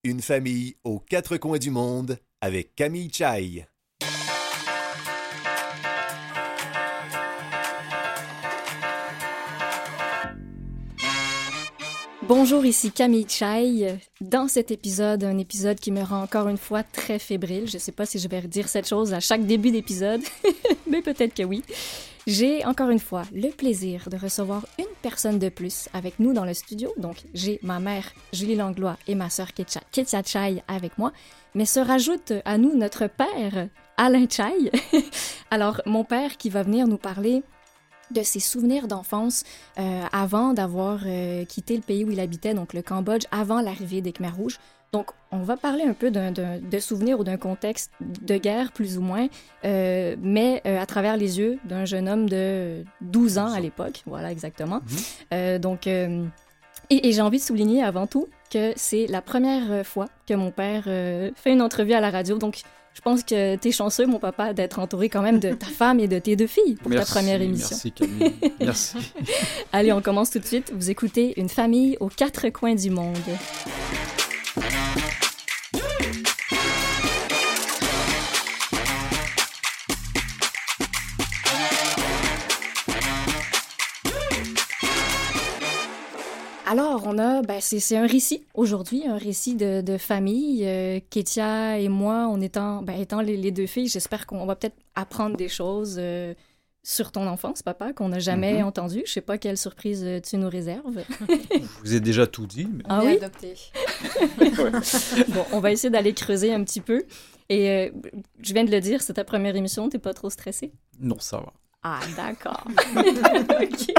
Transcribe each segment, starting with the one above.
Une famille aux quatre coins du monde avec Camille Chai. Bonjour, ici Camille Chai. Dans cet épisode, un épisode qui me rend encore une fois très fébrile. Je ne sais pas si je vais redire cette chose à chaque début d'épisode, mais peut-être que oui. J'ai encore une fois le plaisir de recevoir une personne de plus avec nous dans le studio. Donc, j'ai ma mère Julie Langlois et ma sœur Ketia Chai avec moi. Mais se rajoute à nous notre père Alain Chai. Alors, mon père qui va venir nous parler de ses souvenirs d'enfance avant d'avoir quitté le pays où il habitait, donc le Cambodge, avant l'arrivée des Khmers rouges. Donc, on va parler un peu de souvenirs ou d'un contexte de guerre, plus ou moins, mais à travers les yeux d'un jeune homme de 12 ans à l'époque. Voilà, exactement. Et j'ai envie de souligner avant tout que c'est la première fois que mon père fait une entrevue à la radio. Donc, je pense que t'es chanceux, mon papa, d'être entouré quand même de ta femme et de tes deux filles pour ta première émission. Merci Camille, merci. Allez, on commence tout de suite. Vous écoutez Une famille aux quatre coins du monde. Alors, c'est un récit aujourd'hui, un récit de famille. Ketia et moi, étant les deux filles, j'espère qu'on va peut-être apprendre des choses sur ton enfance, papa, qu'on n'a jamais entendu. Je sais pas quelle surprise tu nous réserves. Je vous ai déjà tout dit. Mais... Ah oui? Adopté. Bon, on va essayer d'aller creuser un petit peu. Et je viens de le dire, c'est ta première émission, t'es pas trop stressée? Non, ça va. Ah, d'accord. OK.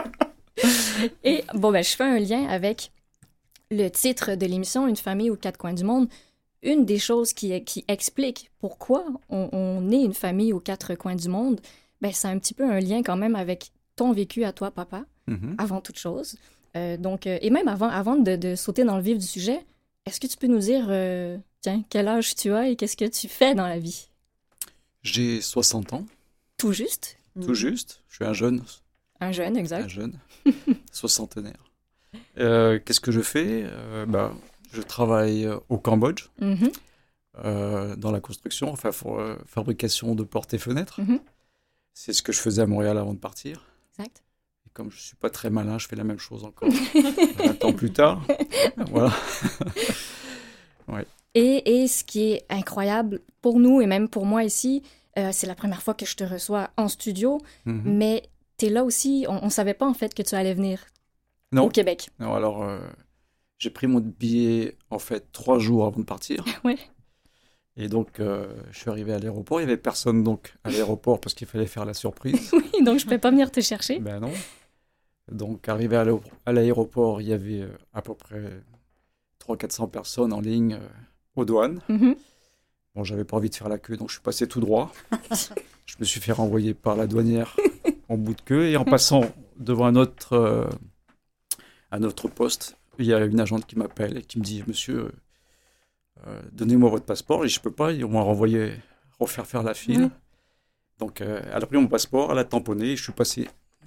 Et je fais un lien avec le titre de l'émission, Une famille aux quatre coins du monde. Une des choses qui explique pourquoi on est une famille aux quatre coins du monde, c'est un petit peu un lien quand même avec ton vécu à toi, papa, avant toute chose. Et même avant de sauter dans le vif du sujet, est-ce que tu peux nous dire, quel âge tu as et qu'est-ce que tu fais dans la vie? J'ai 60 ans. Tout juste? Tout juste. Je suis un jeune. Un jeune, exact. Un jeune. Soixantenaire. Qu'est-ce que je fais? Je travaille au Cambodge, dans la construction, fabrication de portes et fenêtres. C'est ce que je faisais à Montréal avant de partir. Exact. Et comme je ne suis pas très malin, je fais la même chose encore 20 ans plus tard. Voilà. Ouais. Et ce qui est incroyable pour nous, et même pour moi ici, c'est la première fois que je te reçois en studio, mais t'es là aussi, on ne savait pas en fait que tu allais venir au Québec. Non, alors j'ai pris mon billet en fait 3 jours avant de partir. Ouais. Et donc je suis arrivé à l'aéroport, il n'y avait personne donc à l'aéroport parce qu'il fallait faire la surprise. Oui, donc je ne peux pas venir te chercher. Ben non. Donc arrivé à l'aéroport, il y avait à peu près 300-400 personnes en ligne aux douanes. Bon, j'avais pas envie de faire la queue, donc je suis passé tout droit. Je me suis fait renvoyer par la douanière en bout de queue. Et en passant devant un autre poste, il y a une agente qui m'appelle et qui me dit « Monsieur, donnez-moi votre passeport. » Et je peux pas, ils m'ont refaire faire la file. Donc, elle a pris mon passeport, elle a tamponné et je suis passé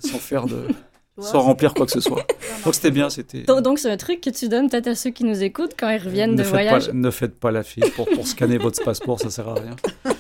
sans remplir quoi que ce soit. Donc c'était bien, Donc c'est un truc que tu donnes peut-être à ceux qui nous écoutent quand ils reviennent de voyage. Ne faites pas la file pour scanner votre passeport, ça sert à rien.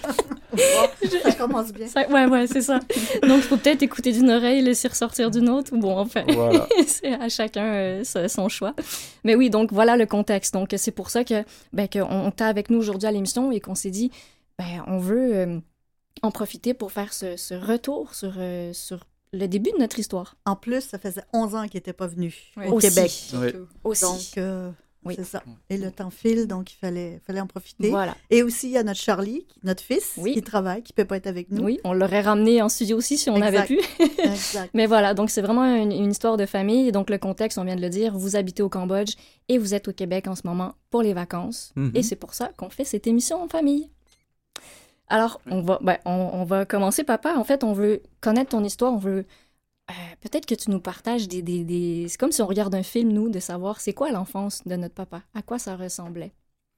Ça commence bien. Ouais, c'est ça. Donc il faut peut-être écouter d'une oreille et laisser ressortir d'une autre. Bon, enfin, voilà. C'est à chacun son choix. Mais oui, donc voilà le contexte. Donc c'est pour ça qu'on t'a avec nous aujourd'hui à l'émission et qu'on s'est dit, on veut en profiter pour faire ce retour sur le début de notre histoire. En plus, ça faisait 11 ans qu'il n'était pas venu au Aussi. Québec. Oui. Aussi. Donc, oui. c'est ça. Et le temps file, donc il fallait en profiter. Voilà. Et aussi, il y a notre Charlie, notre fils, qui travaille, qui ne peut pas être avec nous. Oui, on l'aurait ramené en studio aussi si on avait pu. Exact. Mais voilà, donc c'est vraiment une histoire de famille. Et donc le contexte, on vient de le dire, vous habitez au Cambodge et vous êtes au Québec en ce moment pour les vacances. Et c'est pour ça qu'on fait cette émission en famille. Alors, on va commencer, papa. En fait, on veut connaître ton histoire, on veut... peut-être que tu nous partages c'est comme si on regarde un film, nous, de savoir c'est quoi l'enfance de notre papa, à quoi ça ressemblait.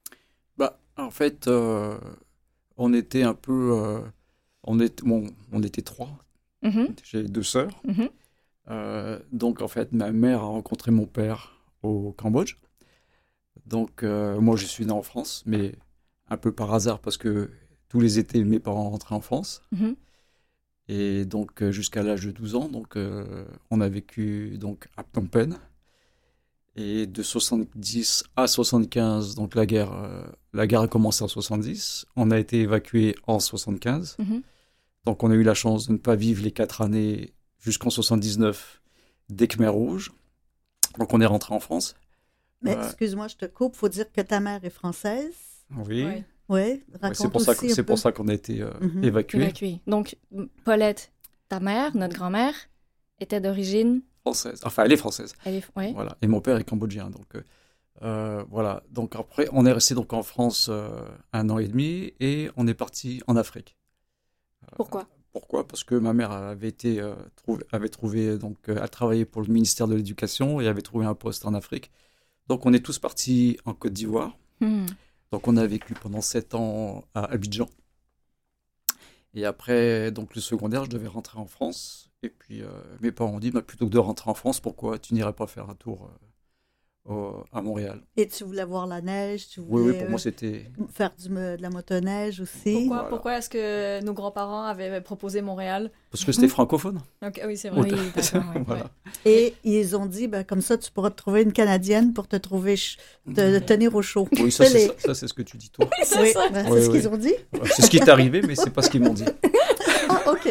En fait, on était un peu... on était 3. J'ai 2 sœurs. Donc, en fait, ma mère a rencontré mon père au Cambodge. Donc, moi, je suis né en France, mais un peu par hasard, parce que tous les étés, mes parents rentraient en France. Mhm. Et donc, jusqu'à l'âge de 12 ans, donc, on a vécu donc, à Phnom Penh. Et de 70 à 75, donc la guerre a commencé en 70. On a été évacué en 75. Mhm. Donc, on a eu la chance de ne pas vivre les 4 années jusqu'en 79 des Khmers rouges. Donc, on est rentré en France. Mais excuse-moi, je te coupe. Il faut dire que ta mère est française. Oui. Ouais. Oui, raconte c'est pour ça qu'on a été évacués. Donc, Paulette, ta mère, notre grand-mère, était d'origine... Française. Enfin, elle est française. Ouais. Voilà. Et mon père est cambodgien. Donc, voilà. Donc, après, on est resté donc, en France 1 an et demi et on est parti en Afrique. Pourquoi? Pourquoi? Parce que ma mère avait trouvé, donc, elle travaillait pour le ministère de l'Éducation et avait trouvé un poste en Afrique. Donc, on est tous partis en Côte d'Ivoire. Donc, on a vécu pendant 7 ans à Abidjan. Et après, donc, le secondaire, je devais rentrer en France. Et puis, mes parents ont dit, plutôt que de rentrer en France, pourquoi tu n'irais pas faire un tour à Montréal? Et tu voulais voir la neige, tu voulais Oui, pour moi, c'était... faire de la motoneige aussi. Pourquoi est-ce que nos grands-parents avaient proposé Montréal? Parce que c'était francophone. Okay, oui, c'est vrai. Oui, d'accord, Voilà. Et ils ont dit, comme ça, tu pourras te trouver une Canadienne pour te tenir au chaud. Oui, ça, c'est ce que tu dis, toi. Oui, c'est ça. C'est ce qu'ils ont dit? C'est ce qui est arrivé, mais c'est pas ce qu'ils m'ont dit. Ah, OK.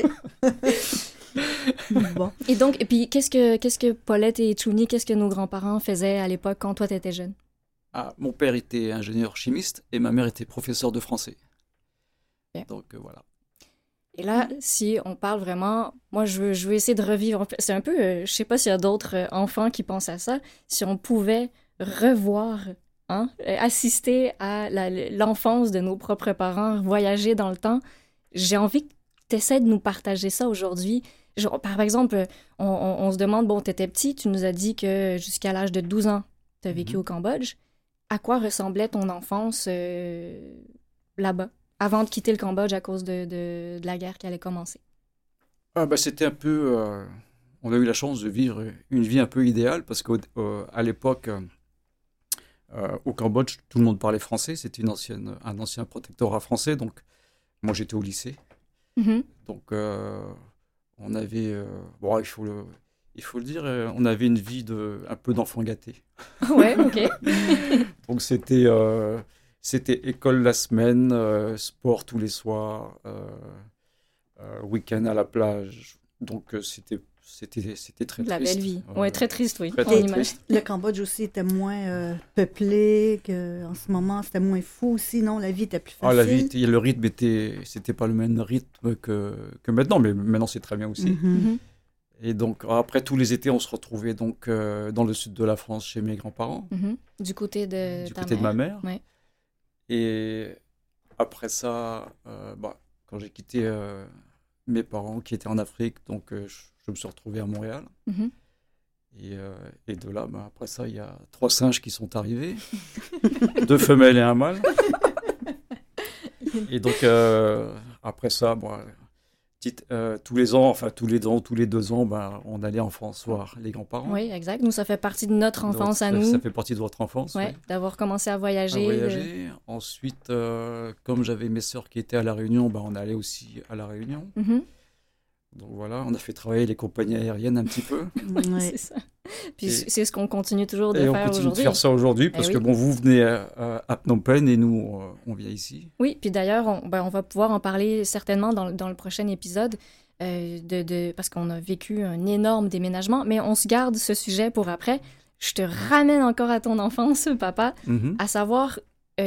Bon. Et puis, qu'est-ce que Paulette et Chouni, qu'est-ce que nos grands-parents faisaient à l'époque quand toi, tu étais jeune? Mon père était ingénieur chimiste et ma mère était professeure de français. Bien. Donc, voilà. Et là, si on parle vraiment, moi, je veux essayer de revivre. C'est un peu, je sais pas s'il y a d'autres enfants qui pensent à ça. Si on pouvait revoir, assister à l'enfance de nos propres parents, voyager dans le temps, j'ai envie que tu essaies de nous partager ça aujourd'hui. Par exemple, on se demande, bon, tu étais petit, tu nous as dit que jusqu'à l'âge de 12 ans, tu as vécu au Cambodge. À quoi ressemblait ton enfance là-bas, avant de quitter le Cambodge à cause de la guerre qui allait commencer? C'était un peu... on a eu la chance de vivre une vie un peu idéale parce qu'à l'époque, au Cambodge, tout le monde parlait français. C'était un ancien protectorat français. Donc, moi, j'étais au lycée. Mm-hmm. Donc, on avait... il faut le dire, on avait une vie un peu d'enfant gâté. Ouais, OK. Donc, c'était école la semaine, sport tous les soirs, week-end à la plage. Donc, c'était très triste. La belle vie. Ouais, très triste, oui. Très, On très imagine. triste. Le Cambodge aussi était moins peuplé qu'en ce moment. C'était moins fou aussi, non? La vie était plus facile. La vie, le rythme c'était pas le même rythme que maintenant, mais maintenant c'est très bien aussi. Mm-hmm. Et donc, après, tous les étés, on se retrouvait donc, dans le sud de la France chez mes grands-parents. Mm-hmm. Du côté de de ma mère. Ouais. Et après ça, quand j'ai quitté mes parents qui étaient en Afrique, donc je me suis retrouvé à Montréal. Mm-hmm. Et de là, après ça, il y a 3 singes qui sont arrivés, 2 femelles et un mâle. Et donc, après ça, tous les ans, enfin tous les 2 ans, on allait en France voir les grands-parents. Oui, exact. Nous, ça fait partie de notre enfance donc, à nous. Ça fait partie de votre enfance, oui. D'avoir commencé à voyager. Ensuite, comme j'avais mes sœurs qui étaient à La Réunion, on allait aussi à La Réunion. Mm-hmm. Donc voilà, on a fait travailler les compagnies aériennes un petit peu. C'est ça. Puis c'est ce qu'on continue toujours de faire aujourd'hui. Et on continue de faire ça aujourd'hui, parce que vous venez à Phnom Penh et nous, on vient ici. Oui, puis d'ailleurs, on va pouvoir en parler certainement dans le prochain épisode, parce qu'on a vécu un énorme déménagement, mais on se garde ce sujet pour après. Je te ramène encore à ton enfance, papa, à savoir,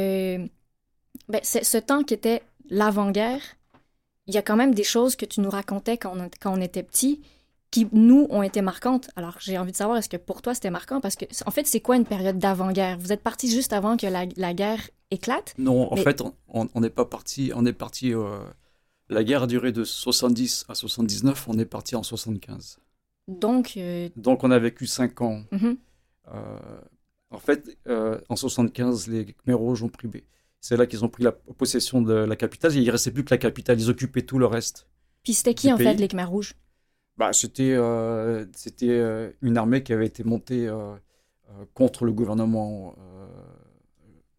ce temps qui était l'avant-guerre. Il y a quand même des choses que tu nous racontais quand on était petit qui, nous, ont été marquantes. Alors, j'ai envie de savoir, est-ce que pour toi, c'était marquant? Parce que, en fait, c'est quoi une période d'avant-guerre? Vous êtes parti juste avant que la guerre éclate? Non, en fait, on n'est pas parti. On est parti... la guerre a duré de 70 à 79. On est parti en 75. Donc, on a vécu 5 ans. Mm-hmm. En fait, en 75, les Khmers rouges ont pris... C'est là qu'ils ont pris la possession de la capitale. Il ne restait plus que la capitale. Ils occupaient tout le reste. Puis c'était qui, en fait, les Khmers rouges? C'était une armée qui avait été montée contre le gouvernement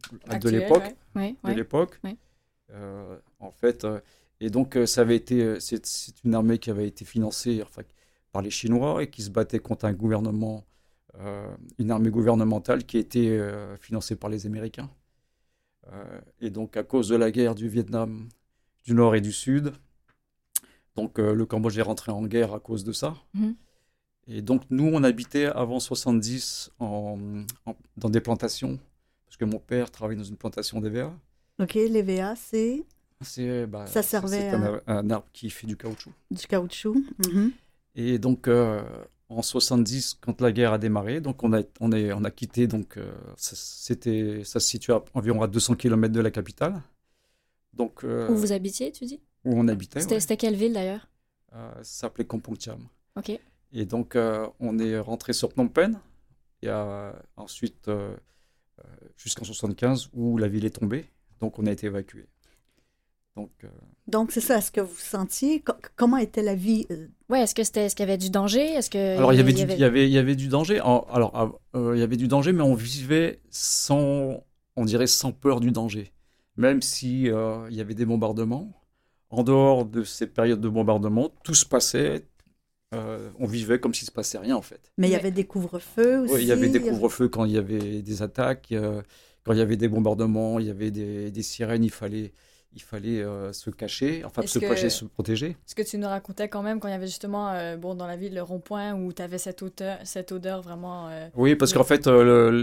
de l'époque. Ouais. Ouais, De l'époque. Ouais. En fait, et donc ça avait été, c'est une armée qui avait été financée enfin, par les Chinois et qui se battait contre un gouvernement, une armée gouvernementale qui était financée par les Américains. Et donc à cause de la guerre du Vietnam, du Nord et du Sud, donc le Cambodge est rentré en guerre à cause de ça. Mhm. Et donc nous, on habitait avant 70 dans des plantations, parce que mon père travaillait dans une plantation d'EVA. OK, l'EVA, c'est ça c'est servait un arbre qui fait du caoutchouc. du caoutchouc. Mhm. Et donc en 70, quand la guerre a démarré, donc on a quitté, donc ça se situe environ à 200 km de la capitale. Donc, Où vous habitiez, tu dis? où on habitait. C'était quelle ville d'ailleurs? Ça s'appelait Kampong Cham. OK. Et donc, on est rentré sur Phnom Penh. Et ensuite, jusqu'en 75, où la ville est tombée. Donc, on a été évacué. Donc, c'est ça. Est-ce que vous sentiez... comment était la vie? Ouais, est-ce qu'il y avait du danger? Est-ce que Alors, il y avait du danger. Il y avait du danger, mais on vivait on dirait, sans peur du danger. Même si il y avait des bombardements. En dehors de ces périodes de bombardement, tout se passait. On vivait comme s'il ne se passait rien, en fait. Mais il y avait des couvre-feux aussi? Oui, il y avait des couvre-feux quand il y avait des attaques, quand il y avait des bombardements, il y avait des sirènes, il fallait se cacher, enfin se cacher, se protéger. Ce que tu nous racontais quand même quand il y avait justement, dans la ville, le rond-point où tu avais cette odeur vraiment... Oui, parce qu'en fait,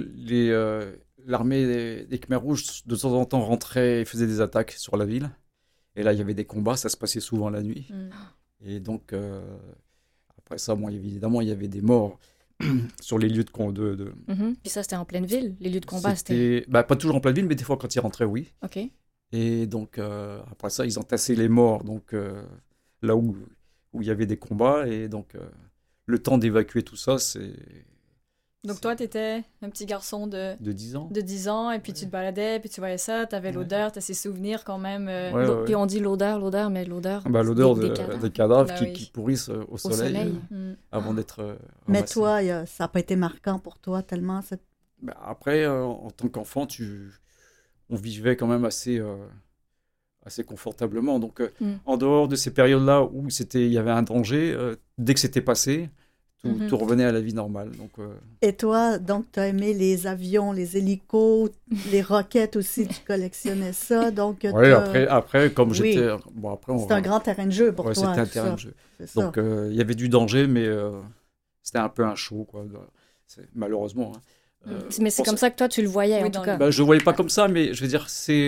l'armée des Khmers rouges, de temps en temps, rentrait et faisait des attaques sur la ville. Et là, il y avait des combats, ça se passait souvent la nuit. Et donc, après ça, bon, évidemment, il y avait des morts sur les lieux de combat. Puis ça, c'était en pleine ville, les lieux de combat, c'était... Pas toujours en pleine ville, mais des fois, quand ils rentraient, oui. OK. Et donc, après ça, ils entassaient les morts, donc là où il y avait des combats. Et donc, le temps d'évacuer tout ça, c'est... Donc toi, tu étais un petit garçon de 10 ans. De 10 ans, et puis tu te baladais, puis tu voyais ça, tu avais l'odeur, tu as ces souvenirs quand même. Puis on dit l'odeur, mais l'odeur... L'odeur des cadavres Bah qui pourrissent au soleil. Avant d'être Mais ramassés. toi, ça n'a pas été marquant pour toi tellement... Après, en tant qu'enfant, on vivait quand même assez confortablement. Donc, en dehors de ces périodes-là où il y avait un danger, dès que c'était passé, tout revenait à la vie normale. Donc, Et toi, donc, tu as aimé les avions, les hélicos, les roquettes aussi, tu collectionnais ça. Donc, oui, après, comme j'étais... Bon, c'était un grand terrain de jeu pour toi. C'était un terrain de jeu. Donc, il y avait du danger, mais c'était un peu un show, quoi. Malheureusement. Hein. Mais c'est comme ça que toi, tu le voyais, en tout cas. Je ne le voyais pas comme ça, mais je veux dire,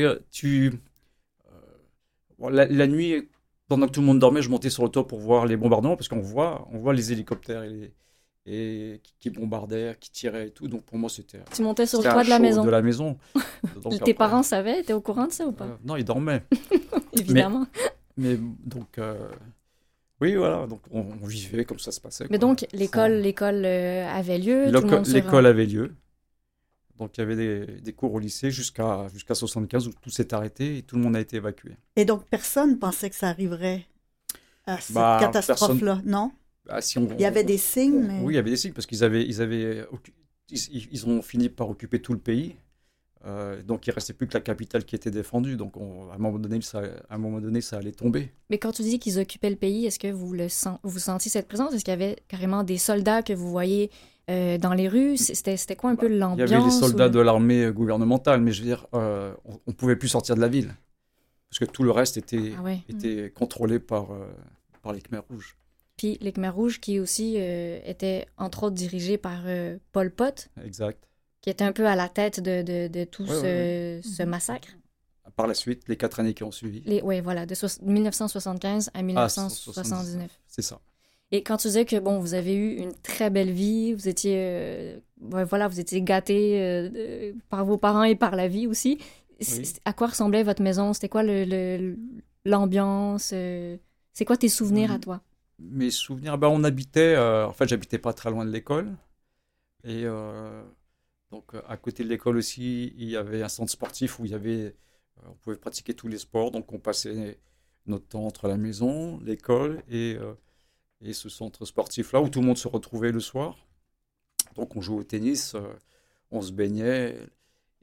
la nuit, pendant que tout le monde dormait, je montais sur le toit pour voir les bombardements, parce qu'on voit les hélicoptères qui bombardaient, qui tiraient et tout. Donc pour moi, c'était... Tu montais sur le toit de la maison. Donc, tes parents savaient? Étaient au courant de ça ou pas? Non, ils dormaient. Évidemment. Mais donc... oui, voilà, donc on vivait comme ça se passait. Mais donc, l'école avait lieu, l'école avait lieu. Donc, il y avait des cours au lycée jusqu'à 75 où tout s'est arrêté et tout le monde a été évacué. Et donc, personne ne pensait que ça arrive à cette catastrophe-là, non? Il y avait des signes, mais... Oui, il y avait des signes parce ils ont fini par occuper tout le pays. Donc, il ne restait plus que la capitale qui était défendue. Donc, à un moment donné, ça allait tomber. Mais quand tu dis qu'ils occupaient le pays, est-ce que vous sentiez cette présence? Est-ce qu'il y avait carrément des soldats que vous voyez dans les rues? C'était quoi un peu l'ambiance? Il y avait les soldats de l'armée gouvernementale, mais je veux dire, on ne pouvait plus sortir de la ville. Parce que tout le reste était contrôlé par les Khmers rouges. Puis les Khmers rouges qui aussi étaient entre autres dirigés par Pol Pot. Exact. Qui était un peu à la tête de tout ce massacre. Par la suite, les 4 années qui ont suivi. Oui, voilà, de 1975 à 1979. C'est ça. Et quand tu disais que, bon, vous avez eu une très belle vie, vous étiez, vous étiez gâtés par vos parents et par la vie aussi. Oui. À quoi ressemblait votre maison? C'était quoi l'ambiance? C'est quoi tes souvenirs à toi? Mes souvenirs, on habitait... en fait, j'habitais pas très loin de l'école. Et... donc, à côté de l'école aussi, il y avait un centre sportif où on pouvait pratiquer tous les sports. Donc, on passait notre temps entre la maison, l'école et ce centre sportif-là où tout le monde se retrouvait le soir. Donc, on jouait au tennis, on se baignait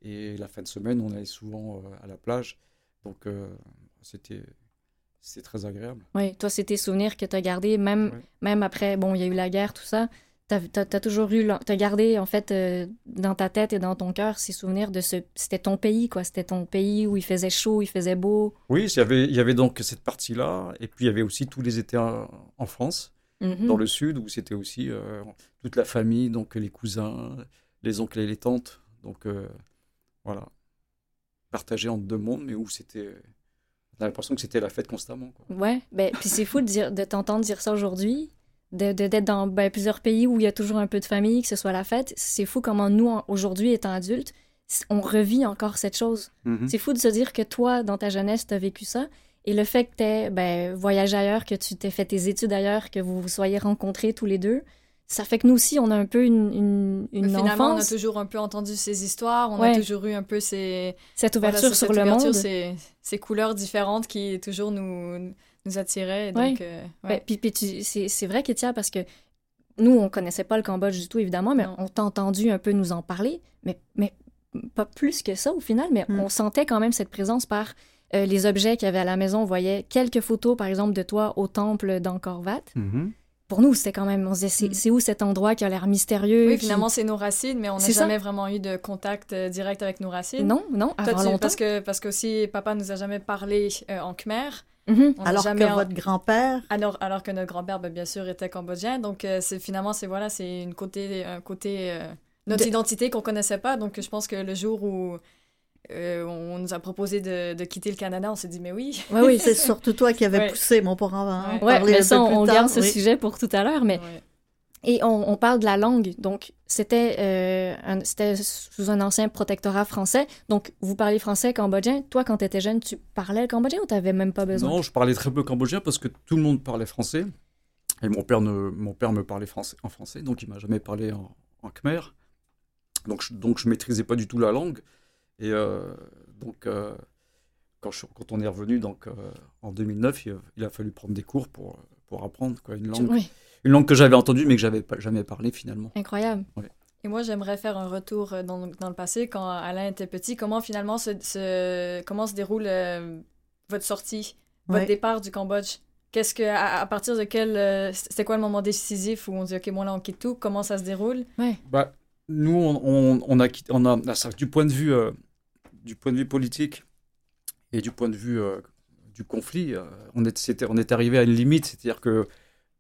Et la fin de semaine, on allait souvent à la plage. Donc, c'était très agréable. Oui, toi, c'est tes souvenirs que tu as gardés, même après, bon, il y a eu la guerre, tout ça. T'as toujours eu, t'as gardé, en fait, dans ta tête et dans ton cœur, ces souvenirs de c'était ton pays, quoi. C'était ton pays où il faisait chaud, il faisait beau. Oui, il y avait donc cette partie-là. Et puis, il y avait aussi tous les étés en France, dans le sud, où c'était aussi toute la famille, donc les cousins, les oncles et les tantes. Donc, voilà. Partagé entre deux mondes, mais où c'était... On a l'impression que c'était la fête constamment, quoi. Ouais, puis c'est fou de t'entendre dire ça aujourd'hui. D'être dans plusieurs pays où il y a toujours un peu de famille, que ce soit la fête. C'est fou comment nous, aujourd'hui, étant adultes, on revit encore cette chose. C'est fou de se dire que toi, dans ta jeunesse, tu as vécu ça. Et le fait que tu aies voyagé ailleurs, que tu t'aies fait tes études ailleurs, que vous vous soyez rencontrés tous les deux, ça fait que nous aussi, on a un peu une finalement, enfance. On a toujours un peu entendu ces histoires, on a toujours eu un peu cette ouverture sur le monde. Ces couleurs différentes qui toujours nous attiraient. Donc, puis c'est vrai, Kétia, parce que nous, on connaissait pas le Cambodge du tout, évidemment, mais on t'a entendu un peu nous en parler, mais pas plus que ça, au final, mais on sentait quand même cette présence par les objets qu'il y avait à la maison. On voyait quelques photos, par exemple, de toi au temple d'Angkor Wat. Pour nous, c'était quand même... On se disait, c'est où cet endroit qui a l'air mystérieux? Oui, finalement, c'est nos racines, mais on n'a jamais vraiment eu de contact direct avec nos racines. Non, avant longtemps. Parce que aussi, papa nous a jamais parlé en khmer. Alors que votre grand-père... Alors que notre grand-père, bien sûr, était cambodgien. Donc, c'est un côté notre identité qu'on connaissait pas. Donc, je pense que le jour où on nous a proposé de quitter le Canada, on s'est dit, mais oui. Oui, c'est surtout toi qui avais poussé, mais on pourra en parler un peu plus tard. On garde ce sujet pour tout à l'heure, mais... Et on parle de la langue, donc c'était sous un ancien protectorat français, donc vous parlez français cambodgien. Toi, quand tu étais jeune, tu parlais le cambodgien ou tu n'avais même pas besoin? Non, je parlais très peu cambodgien parce que tout le monde parlait français, et mon père me parlait en français, donc il ne m'a jamais parlé en khmer, donc je ne maîtrisais pas du tout la langue, et quand on est revenu en 2009, il a fallu prendre des cours pour apprendre une langue. Oui. Une langue que j'avais entendue, mais que je n'avais jamais parlé finalement. Incroyable. Ouais. Et moi, j'aimerais faire un retour dans le passé, quand Alain était petit. Comment finalement comment se déroule votre sortie, votre départ du Cambodge? À partir de c'était quoi le moment décisif où on dit, OK, là, on quitte tout? Comment ça se déroule? Nous, on a du point de vue politique et du point de vue du conflit, on est arrivé à une limite, c'est-à-dire que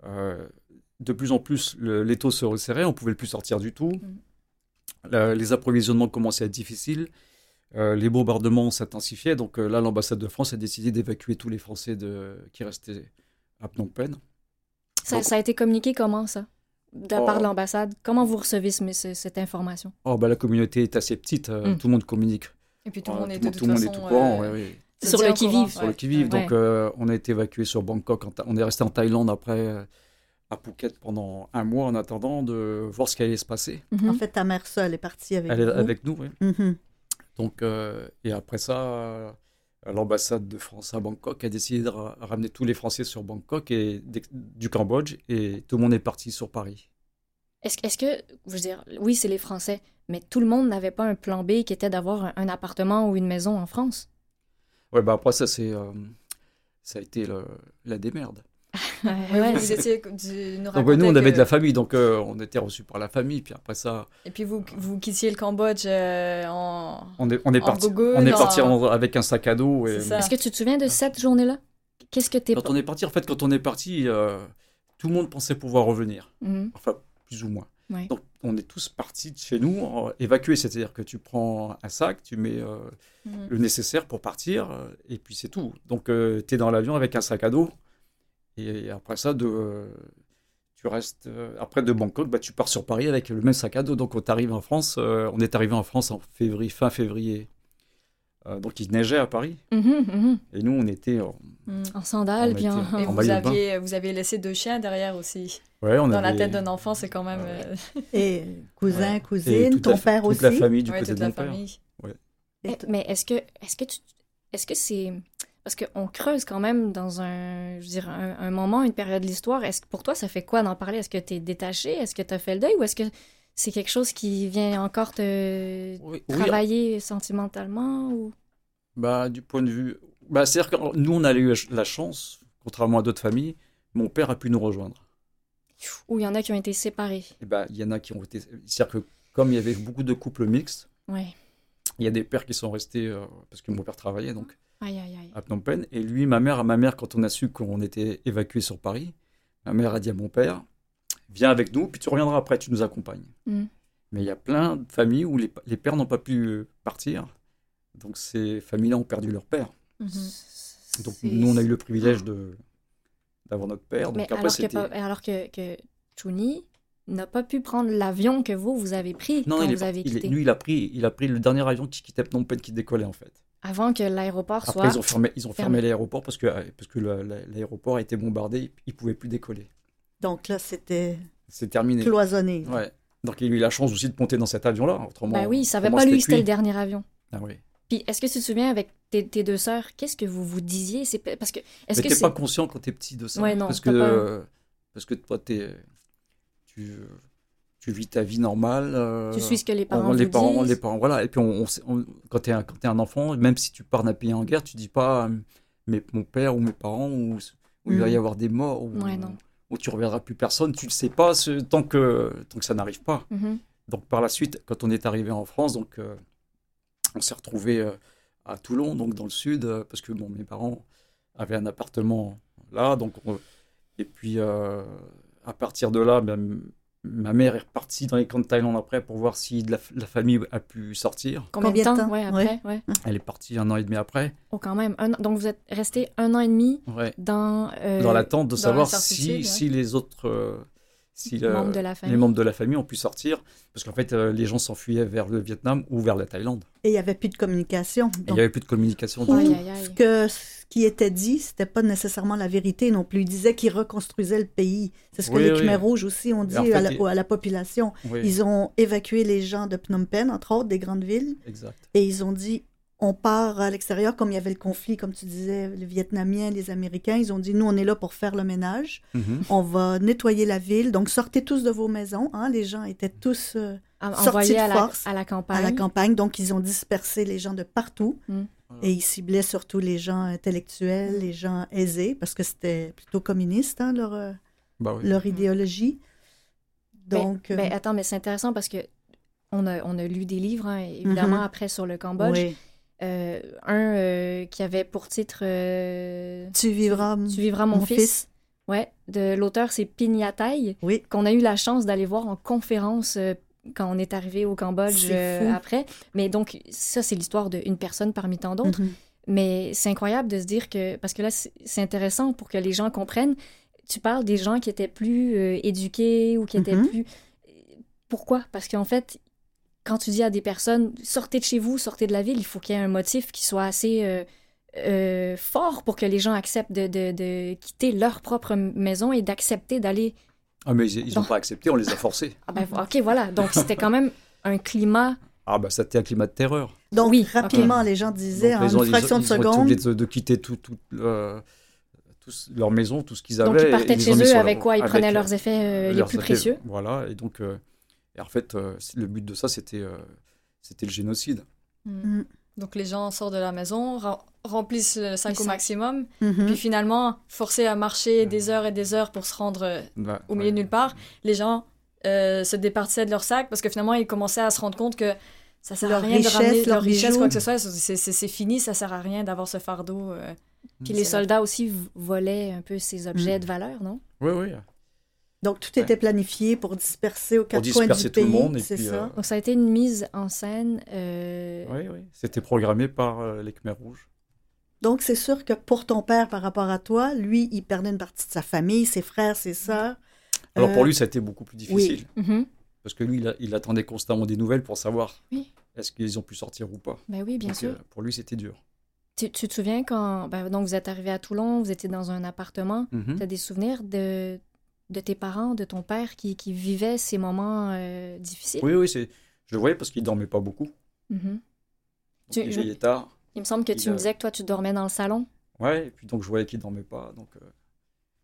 de plus en plus, l'étau se resserrait, on ne pouvait plus sortir du tout. Les approvisionnements commençaient à être difficiles. Les bombardements s'intensifiaient. Donc là, l'ambassade de France a décidé d'évacuer tous les Français qui restaient à Phnom Penh. Ça a été communiqué comment, ça? De la part de l'ambassade? Comment vous recevez cette information? La communauté est assez petite. Tout le monde communique. Et puis tout le monde est de toute façon... tout au courant, Sur le qui-vive. Sur le qui-vive. Donc on a été évacué sur Bangkok. On est resté en Thaïlande après... à Phuket pendant un mois en attendant de voir ce qui allait se passer. En fait, ta mère seule est partie avec vous. Avec nous, oui. Donc, et après ça, l'ambassade de France à Bangkok a décidé de ramener tous les Français sur Bangkok et du Cambodge, et tout le monde est parti sur Paris. Est-ce que, je veux dire, oui, c'est les Français, mais tout le monde n'avait pas un plan B qui était d'avoir un appartement ou une maison en France? Oui, après ça, ça a été la démerde. Vous étiez donc nous on avait de la famille, donc on était reçus par la famille, puis après ça... Et puis vous quittiez le Cambodge on est parti avec un sac à dos. Est-ce que tu te souviens de cette journée-là? Quand on est parti, tout le monde pensait pouvoir revenir. Enfin, plus ou moins. Ouais. Donc on est tous partis de chez nous, évacués, c'est-à-dire que tu prends un sac, tu mets le nécessaire pour partir, et puis c'est tout. Donc tu es dans l'avion avec un sac à dos. Et après ça, tu restes... après de Bangkok, tu pars sur Paris avec le même sac à dos. Donc on est arrivé en France en fin février. Donc il neigeait à Paris. Et nous, on était... en sandales, bien. Et vous aviez laissé 2 chiens derrière aussi. Ouais, dans la tête d'un enfant, c'est quand même... Et cousins, cousines, ton père aussi. Toute la famille du côté de mon père. Ouais. Mais est-ce que c'est... Parce qu'on creuse quand même dans un moment, une période de l'histoire. Est-ce que pour toi, ça fait quoi d'en parler? Est-ce que tu es détaché? Est-ce que tu as fait le deuil? Ou est-ce que c'est quelque chose qui vient encore te travailler sentimentalement ou... Du point de vue... c'est-à-dire que nous, on a eu la chance, contrairement à d'autres familles, mon père a pu nous rejoindre. Ou il y en a qui ont été séparés. Il y en a qui ont été... C'est-à-dire que comme il y avait beaucoup de couples mixtes, il y a des pères qui sont restés, parce que mon père travaillait donc à Phnom Penh, et lui, ma mère, quand on a su qu'on était évacués sur Paris, ma mère a dit à mon père, viens avec nous, puis tu reviendras après, tu nous accompagnes. Mais il y a plein de familles où les pères n'ont pas pu partir, donc ces familles-là ont perdu leur père. Donc nous, on a eu le privilège d'avoir notre père. Donc mais après, alors que Chouni n'a pas pu prendre l'avion que vous avez pris quand vous avez quitté. Lui, il a pris le dernier avion qui quittait Phnom Penh, qui décollait en fait. Avant que l'aéroport soit... Après, ils ont fermé l'aéroport parce que l'aéroport a été bombardé, il ne pouvait plus décoller. Donc là, c'est terminé. Cloisonné. Ouais. Donc il a eu la chance aussi de monter dans cet avion-là. Autrement, il ne savait pas lui que c'était le dernier avion. Ah oui. Puis est-ce que tu te souviens avec tes deux sœurs, qu'est-ce que vous vous disiez? Parce que, mais tu n'es pas conscient quand tu es petit de ça. Ouais, non, parce que toi, tu vis ta vie normale. Tu suis ce que les parents vous disent. Les parents, voilà. Et puis quand tu es un enfant, même si tu pars d'un pays en guerre, tu ne dis pas mais mon père ou mes parents, où il va y avoir des morts, où tu ne reverras plus personne. Tu ne le sais pas tant que ça n'arrive pas. Donc par la suite, quand on est arrivé en France, donc, on s'est retrouvés à Toulon, donc dans le sud, parce que mes parents avaient un appartement là. Donc et puis à partir de là, ma mère est repartie dans les camps de Thaïlande après pour voir si la famille a pu sortir. Combien de temps après? Elle est partie 1 an et demi après. Oh, quand même. Donc vous êtes resté 1 an et demi dans l'attente de savoir si les autres... les membres de la famille ont pu sortir, parce qu'en fait, les gens s'enfuyaient vers le Vietnam ou vers la Thaïlande. Et il n'y avait plus de communication. Il n'y avait plus de communication du tout. Ce qui était dit, ce n'était pas nécessairement la vérité non plus. Ils disaient qu'ils reconstruisaient le pays. C'est ce que les Khmers rouges aussi ont dit à la population. Oui. Ils ont évacué les gens de Phnom Penh, entre autres, des grandes villes. Exact. Et ils ont dit... On part à l'extérieur, comme il y avait le conflit, comme tu disais, les Vietnamiens, les Américains, ils ont dit, nous, on est là pour faire le ménage. On va nettoyer la ville. Donc, sortez tous de vos maisons. Les gens étaient tous sortis de force à la campagne. À la campagne. Donc, ils ont dispersé les gens de partout. Et ils ciblaient surtout les gens intellectuels, les gens aisés, parce que c'était plutôt communiste, leur idéologie. Donc, attends, mais c'est intéressant parce que on a lu des livres, évidemment, après sur le Cambodge. Oui. Qui avait pour titre Tu vivras mon fils. Ouais, de l'auteur, c'est Pinyatai, qu'on a eu la chance d'aller voir en conférence quand on est arrivé au Cambodge après. Mais donc, ça, c'est l'histoire d'une personne parmi tant d'autres. Mais c'est incroyable de se dire que... Parce que là, c'est intéressant pour que les gens comprennent. Tu parles des gens qui étaient plus éduqués ou qui étaient plus... Pourquoi? Parce qu'en fait... Quand tu dis à des personnes, sortez de chez vous, sortez de la ville, il faut qu'il y ait un motif qui soit assez fort pour que les gens acceptent de quitter leur propre maison et d'accepter d'aller... Ah, mais ils n'ont pas accepté, on les a forcés. OK, voilà. Donc, c'était quand même un climat... c'était un climat de terreur. Donc, rapidement, les gens disaient, en une fraction de seconde... Ils ont été obligés de quitter leur maison, tout ce qu'ils avaient. Donc, ils partaient de chez eux avec quoi? Ils prenaient leurs effets les plus précieux. Voilà, et donc... Et en fait, le but de ça, c'était le génocide. Donc, les gens sortent de la maison, remplissent le sac au maximum, puis finalement, forcés à marcher des heures et des heures pour se rendre au milieu de nulle part, les gens se départissaient de leur sac parce que finalement, ils commençaient à se rendre compte que ça sert à rien de ramener leur richesse, quoi que ce soit. C'est fini, ça sert à rien d'avoir ce fardeau. Puis les soldats aussi volaient un peu ces objets de valeur, non? Oui, oui. Donc, tout était planifié pour disperser aux quatre coins du pays. Tout le monde. C'est ça. Donc, ça a été une mise en scène. Oui. C'était programmé par les Khmers rouges. Donc, c'est sûr que pour ton père, par rapport à toi, lui, il perdait une partie de sa famille, ses frères, ses sœurs. Alors, pour lui, ça a été beaucoup plus difficile. Parce que lui, il attendait constamment des nouvelles pour savoir est-ce qu'ils ont pu sortir ou pas. Ben oui, bien sûr. Pour lui, c'était dur. Tu te souviens quand donc vous êtes arrivé à Toulon, vous étiez dans un appartement, tu as des souvenirs de tes parents, de ton père qui vivait ces moments difficiles? Oui, je le voyais parce qu'il ne dormait pas beaucoup. Il veillait tard. Il me semble que tu me disais que toi, tu dormais dans le salon. Oui, et puis donc je voyais qu'il ne dormait pas. Donc,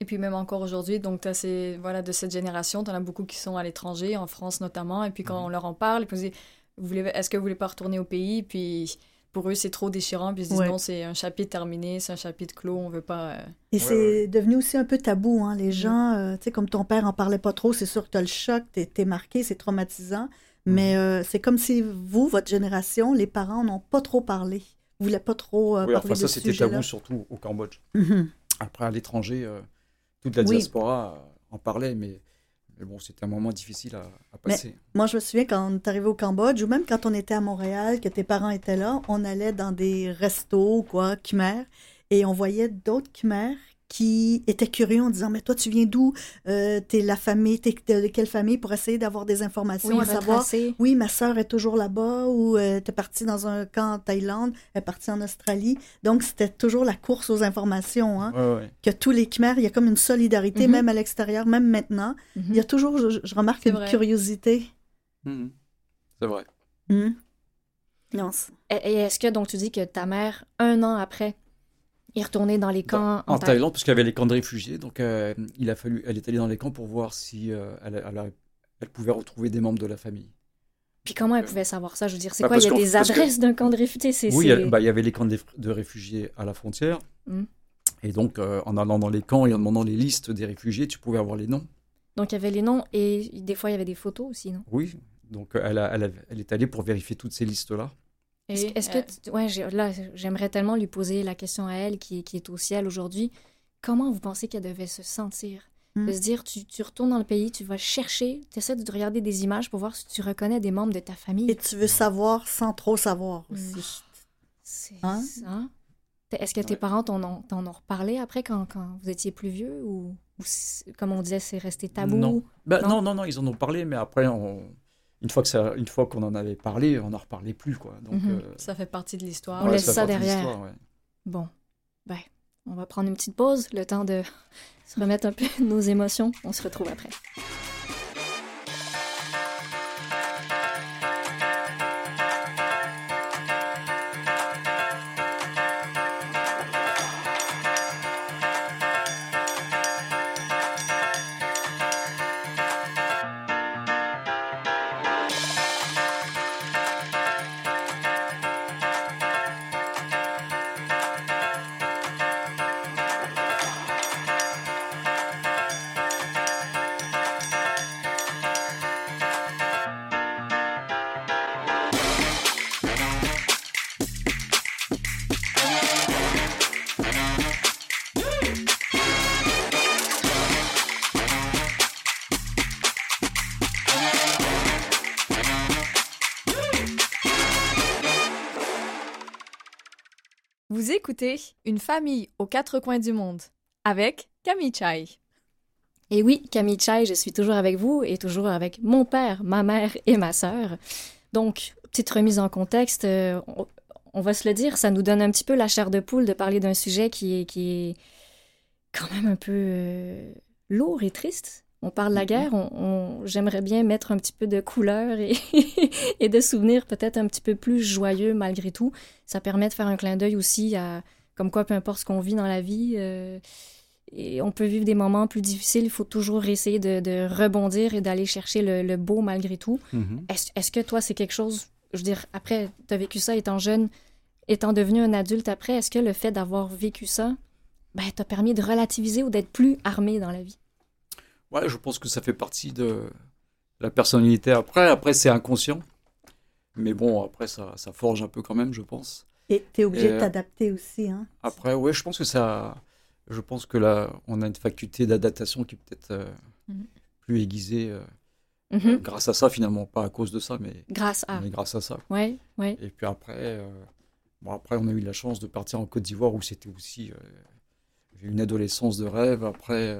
Et puis même encore aujourd'hui, donc de cette génération, tu en as beaucoup qui sont à l'étranger, en France notamment, et puis quand on leur en parle, ils disent, est-ce que vous voulez pas retourner au pays? Puis pour eux, c'est trop déchirant, puis ils se disent non, c'est un chapitre terminé, c'est un chapitre clos, on veut pas... Et c'est devenu aussi un peu tabou, hein, les gens, tu sais, comme ton père en parlait pas trop, c'est sûr que tu as le choc, t'es marqué, c'est traumatisant, mais c'est comme si vous, votre génération, les parents n'ont pas trop parlé, vous voulaient pas trop parler de ce sujet-là. Ça, c'était tabou surtout au Cambodge. Après, à l'étranger, toute la diaspora en parlait, mais bon, c'était un moment difficile à passer. Mais moi, je me souviens quand on est arrivé au Cambodge, ou même quand on était à Montréal, que tes parents étaient là, on allait dans des restos, Khmer, et on voyait d'autres Khmer qui étaient curieux en disant « Mais toi, tu viens d'où? T'es la famille, t'es de quelle famille? » pour essayer d'avoir des informations, à savoir « Oui, ma sœur est toujours là-bas » ou « T'es partie dans un camp en Thaïlande, elle est partie en Australie. » Donc, c'était toujours la course aux informations. Hein, que tous les Khmer, il y a comme une solidarité, même à l'extérieur, même maintenant. Il y a toujours, je remarque, une curiosité. C'est vrai. Non, et est-ce que, donc, tu dis que ta mère, 1 an après, est retournée dans les camps en Thaïlande, parce qu'il y avait les camps de réfugiés. Donc, elle est allée dans les camps pour voir si elle pouvait retrouver des membres de la famille. Puis comment elle pouvait savoir ça? Je veux dire, c'est quoi? Il y a des adresses d'un camp de réfugiés? Oui, il y avait les camps de réfugiés à la frontière. Et donc, en allant dans les camps et en demandant les listes des réfugiés, tu pouvais avoir les noms. Donc, il y avait les noms et des fois, il y avait des photos aussi, non? Oui. Donc, elle est allée pour vérifier toutes ces listes-là. Est-ce que... là, j'aimerais tellement lui poser la question à elle, qui est au ciel aujourd'hui. Comment vous pensez qu'elle devait se sentir? De se dire, tu retournes dans le pays, tu vas chercher, tu essaies de regarder des images pour voir si tu reconnais des membres de ta famille. Et tu veux savoir sans trop savoir aussi. C'est ça. Est-ce que tes parents t'en ont reparlé après, quand vous étiez plus vieux? Ou comme on disait, c'est resté tabou? Non. Non, ils en ont parlé, mais après... Une fois qu'on en avait parlé, on n'en reparlait plus, quoi. Donc, ça fait partie de l'histoire. On laisse ça derrière. Bon, on va prendre une petite pause, le temps de se remettre un peu nos émotions. On se retrouve après. Vous écoutez Une famille aux 4 coins du monde avec Camille Chai. Et oui, Camille Chai, je suis toujours avec vous et toujours avec mon père, ma mère et ma sœur. Donc, petite remise en contexte, on va se le dire, ça nous donne un petit peu la chair de poule de parler d'un sujet qui est quand même un peu lourd et triste. On parle de la guerre, j'aimerais bien mettre un petit peu de couleur et de souvenirs peut-être un petit peu plus joyeux malgré tout. Ça permet de faire un clin d'œil aussi à comme quoi, peu importe ce qu'on vit dans la vie, et on peut vivre des moments plus difficiles, il faut toujours essayer de rebondir et d'aller chercher le beau malgré tout. Est-ce que toi, c'est quelque chose, je veux dire, après, tu as vécu ça étant jeune, étant devenu un adulte après, est-ce que le fait d'avoir vécu ça, t'a permis de relativiser ou d'être plus armé dans la vie? Ouais, je pense que ça fait partie de la personnalité après. Après, c'est inconscient. Mais bon, après, ça forge un peu quand même, je pense. Et tu es obligé de t'adapter aussi, hein? Après, ouais, je pense que là, on a une faculté d'adaptation qui est peut-être plus aiguisée grâce à ça, finalement. Pas à cause de ça, mais grâce à ça. Ouais. Et puis après, après, on a eu la chance de partir en Côte d'Ivoire où c'était aussi une adolescence de rêve. Après,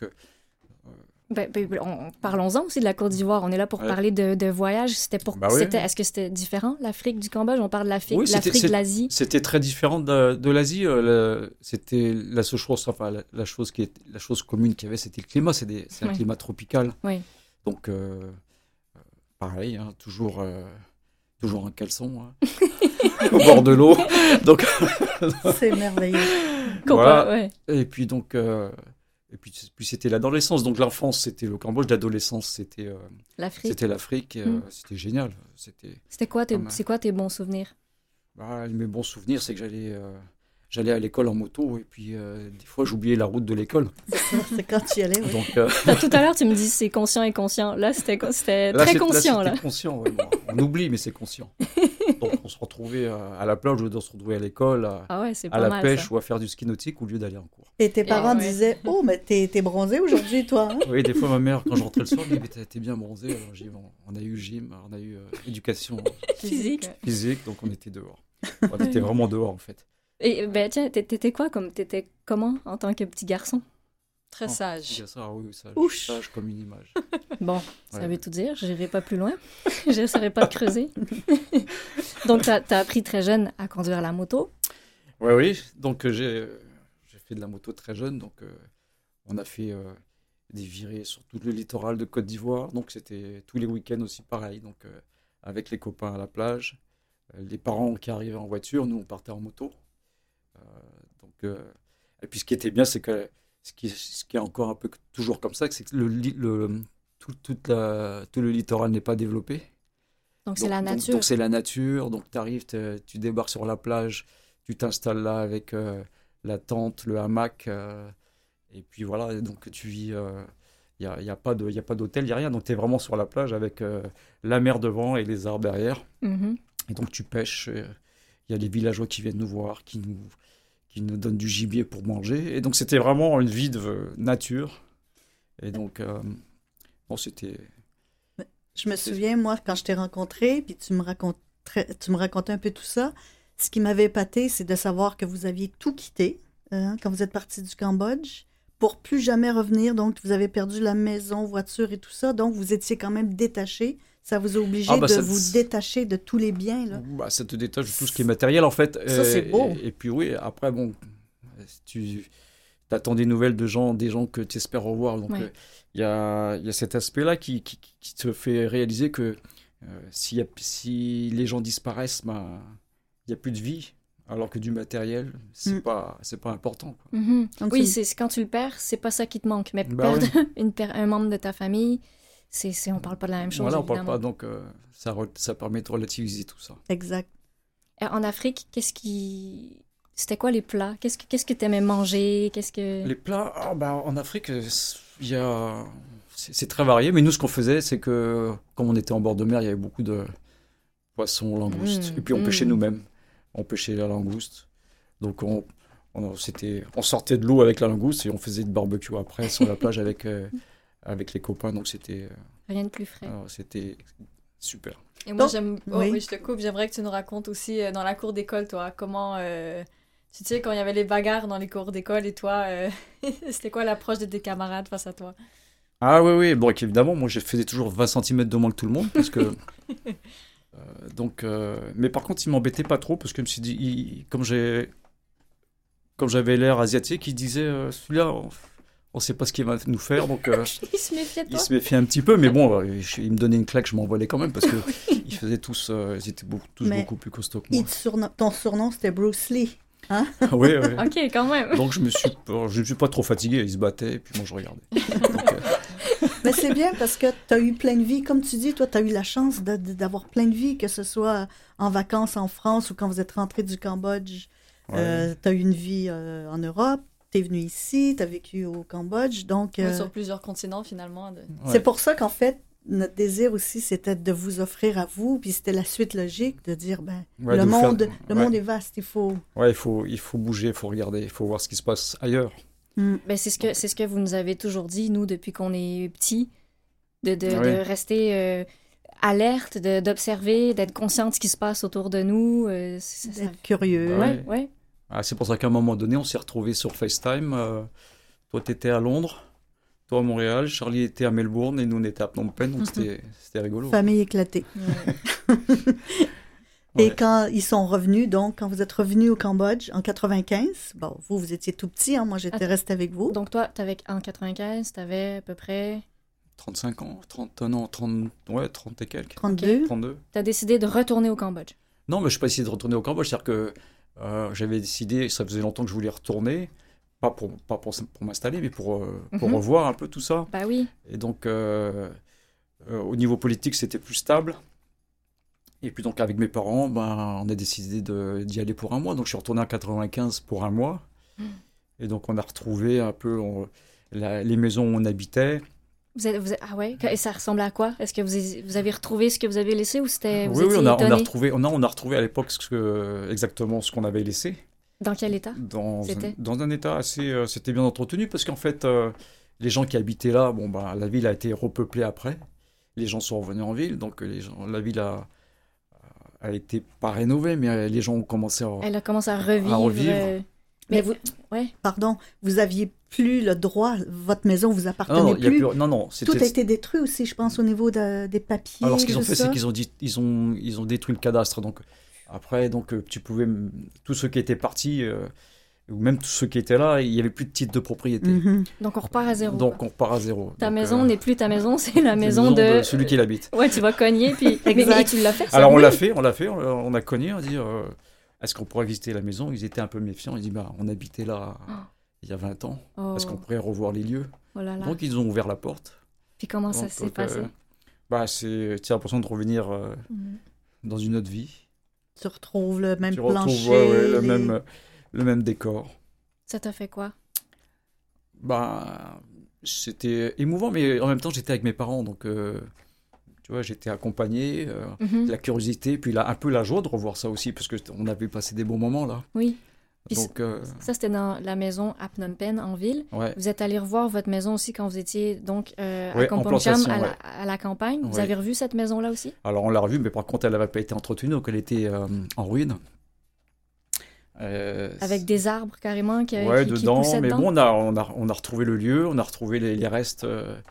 parlons-en aussi de la Côte d'Ivoire. On est là pour parler de voyage. Est-ce que c'était différent, l'Afrique du Cambodge? On parle de l'Afrique, de l'Asie. C'était très différent de l'Asie. C'était la seule chose, la chose commune qu'il y avait, c'était le climat. C'est un climat tropical. Oui. Donc, pareil, hein, toujours un caleçon au bord de l'eau. Donc, c'est merveilleux. Voilà. Et puis donc. Et puis c'était l'adolescence. Donc l'enfance, c'était le Cambodge. L'adolescence, c'était l'Afrique. C'était l'Afrique. C'était génial. C'est quoi tes bons souvenirs? Mes bons souvenirs, c'est que j'allais à l'école en moto et puis des fois j'oubliais la route de l'école. C'est quand tu y allais, oui. Donc, tout à l'heure, tu me dis c'est conscient et conscient. Là, c'était très conscient. Là, c'était conscient. Ouais, bon, on oublie, mais c'est conscient. Donc, on se retrouvait à la plage au lieu de se retrouver à l'école, à la pêche ou à faire du ski nautique au lieu d'aller en cours. Et tes parents disaient « Oh, mais t'es bronzé aujourd'hui, toi hein? ?» Oui, des fois, ma mère, quand je rentrais le soir, me disait « T'es bien bronzé. » Alors, on a eu gym, on a eu éducation physique, donc on était dehors. On était vraiment dehors, en fait. Et tiens, t'étais comment en tant que petit garçon? Très sage. Sage comme une image. Bon, ça veut tout dire. Je n'irai pas plus loin. Je n'essaierai pas de creuser. Donc, tu as appris très jeune à conduire la moto. Oui. Donc, j'ai fait de la moto très jeune. Donc, on a fait des virées sur tout le littoral de Côte d'Ivoire. Donc, c'était tous les week-ends aussi pareil. Donc, avec les copains à la plage. Les parents qui arrivaient en voiture, nous, on partait en moto. Et puis, ce qui était bien, c'est que ce qui est encore un peu toujours comme ça, c'est que tout le littoral n'est pas développé. Donc c'est la nature. Donc c'est la nature. Donc tu arrives, tu débarques sur la plage, tu t'installes là avec la tente, le hamac. Et puis voilà, et donc tu vis... Il n'y a pas d'hôtel, il n'y a rien. Donc tu es vraiment sur la plage avec la mer devant et les arbres derrière. Mm-hmm. Et donc tu pêches. Il y a les villageois qui viennent nous voir, qui nous donnent du gibier pour manger. Et donc, c'était vraiment une vie de nature. Et donc, c'était... Je me souviens, moi, quand je t'ai rencontré, puis tu me racontais un peu tout ça, ce qui m'avait épaté, c'est de savoir que vous aviez tout quitté quand vous êtes parti du Cambodge pour plus jamais revenir. Donc, vous avez perdu la maison, voiture et tout ça. Donc, vous étiez quand même détaché. Ça vous a obligé de vous détacher de tous les biens, là. Ça te détache de tout ce qui est matériel, en fait. Ça, c'est beau. Et puis, oui, après, bon, tu attends des nouvelles des gens que tu espères revoir. Donc, il y a cet aspect-là qui te fait réaliser que si les gens disparaissent, il n'y a plus de vie. Alors que du matériel, c'est pas important, quoi. Mm-hmm. Donc, oui, c'est quand tu le perds, c'est pas ça qui te manque. Mais perdre un membre de ta famille... on parle pas de la même chose. Voilà, on évidemment. parle pas, donc ça permet de relativiser tout ça. Exact. En Afrique, c'était quoi les plats? Qu'est-ce que tu aimais manger? Les plats, en Afrique, c'est très varié, mais nous, ce qu'on faisait, c'est que, comme on était en bord de mer, il y avait beaucoup de poissons, langoustes, et puis on pêchait nous-mêmes. On pêchait la langouste. Donc, on sortait de l'eau avec la langouste et on faisait de barbecue après sur la plage avec les copains, donc c'était... Rien de plus frais. C'était super. Et moi, oui, je te coupe, j'aimerais que tu nous racontes aussi dans la cour d'école, toi, comment... tu sais, quand il y avait les bagarres dans les cours d'école et toi, c'était quoi l'approche de tes camarades face à toi? Ah oui, bon, évidemment, moi, je faisais toujours 20 cm de moins que tout le monde, parce que... mais par contre, il m'embêtait pas trop, parce que je me suis dit, comme j'avais l'air asiatique, il disait, celui-là... On ne sait pas ce qu'il va nous faire, donc il se méfiait de toi. Il se méfiait un petit peu, mais bon, il me donnait une claque, je m'envolais quand même, parce que ils faisaient tous, ils étaient beaucoup plus costauds que moi. Ton surnom, c'était Bruce Lee, hein? Oui. Ok, quand même. Donc je me suis pas trop fatigué, il se battait, et puis moi je regardais. Mais c'est bien, parce que tu as eu plein de vie, comme tu dis, toi, tu as eu la chance d'avoir plein de vie, que ce soit en vacances en France ou quand vous êtes rentré du Cambodge. Tu as eu une vie en Europe. T'es venu ici, t'as vécu au Cambodge, donc... sur plusieurs continents, finalement. C'est pour ça qu'en fait, notre désir aussi, c'était de vous offrir à vous, puis c'était la suite logique de dire, le monde est vaste, il faut... Ouais, il faut bouger, il faut regarder, il faut voir ce qui se passe ailleurs. C'est ce que vous nous avez toujours dit, nous, depuis qu'on est petits, de rester alerte, d'observer, d'être conscient de ce qui se passe autour de nous. D'être curieux. Ouais. C'est pour ça qu'à un moment donné, on s'est retrouvés sur FaceTime. Toi, tu étais à Londres, toi à Montréal, Charlie était à Melbourne et nous, on était à Phnom Penh, donc c'était rigolo. Famille éclatée. Et quand ils sont revenus, donc, quand vous êtes revenus au Cambodge en 95, vous étiez tout petit, hein, moi j'étais restée avec vous. Donc toi, en 95, t'avais à peu près... 35 ans, 30 et quelques. 32. 32. T'as décidé de retourner au Cambodge? Non, mais je n'ai pas essayé de retourner au Cambodge, c'est-à-dire que j'avais décidé, ça faisait longtemps que je voulais retourner, pas pour m'installer, mais pour revoir un peu tout ça. Bah oui. Et donc, au niveau politique, c'était plus stable. Et puis donc, avec mes parents, on a décidé d'y aller pour un mois. Donc, je suis retourné en 95 pour un mois. Et donc, on a retrouvé un peu les maisons où on habitait. Ah ouais? Et ça ressemblait à quoi? Est-ce que vous avez retrouvé ce que vous avez laissé ou c'était Oui, on a retrouvé à l'époque exactement ce qu'on avait laissé. Dans quel état? Dans un état assez... c'était bien entretenu parce qu'en fait, les gens qui habitaient là, la ville a été repeuplée après. Les gens sont revenus en ville, donc la ville a été pas rénovée, mais les gens ont commencé Elle a commencé à revivre. Mais vous... Ouais. Pardon, vous aviez plus le droit, votre maison vous appartenait plus. Non, tout a été détruit aussi, je pense, au niveau des papiers. Alors ce qu'ils ont fait, c'est qu'ils ont détruit le cadastre. Donc après, tu pouvais tous ceux qui étaient partis, ou même tous ceux qui étaient là, il y avait plus de titre de propriété. Donc on repart à zéro. On repart à zéro. Ta maison n'est plus ta maison, c'est la maison de celui qui l'habite. Ouais, tu vas cogner puis. Mais tu l'as fait. Alors on l'a fait, on a cogné, on a dit. Est-ce qu'on pourrait visiter la maison? Ils étaient un peu méfiants. Ils disent, on habitait là il y a 20 ans. Est-ce qu'on pourrait revoir les lieux? Donc, ils ont ouvert la porte. Puis comment ça s'est passé? Tu as l'impression de revenir dans une autre vie. Tu retrouves le même plancher. Le même décor. Ça t'a fait quoi? C'était émouvant, mais en même temps, j'étais avec mes parents. Donc... tu vois, j'étais accompagné, la curiosité, puis un peu la joie de revoir ça aussi, parce qu'on avait passé des bons moments là. Oui. Donc, ça, c'était dans la maison à Phnom Penh, en ville. Ouais. Vous êtes allé revoir votre maison aussi quand vous étiez donc, à Kampong Cham, à la campagne. Vous avez revu cette maison-là aussi? Alors, on l'a revue, mais par contre, elle n'avait pas été entretenue, donc elle était en ruine. Avec des arbres carrément qui dedans, poussaient mais dedans. Bon, on a retrouvé le lieu, on a retrouvé les restes,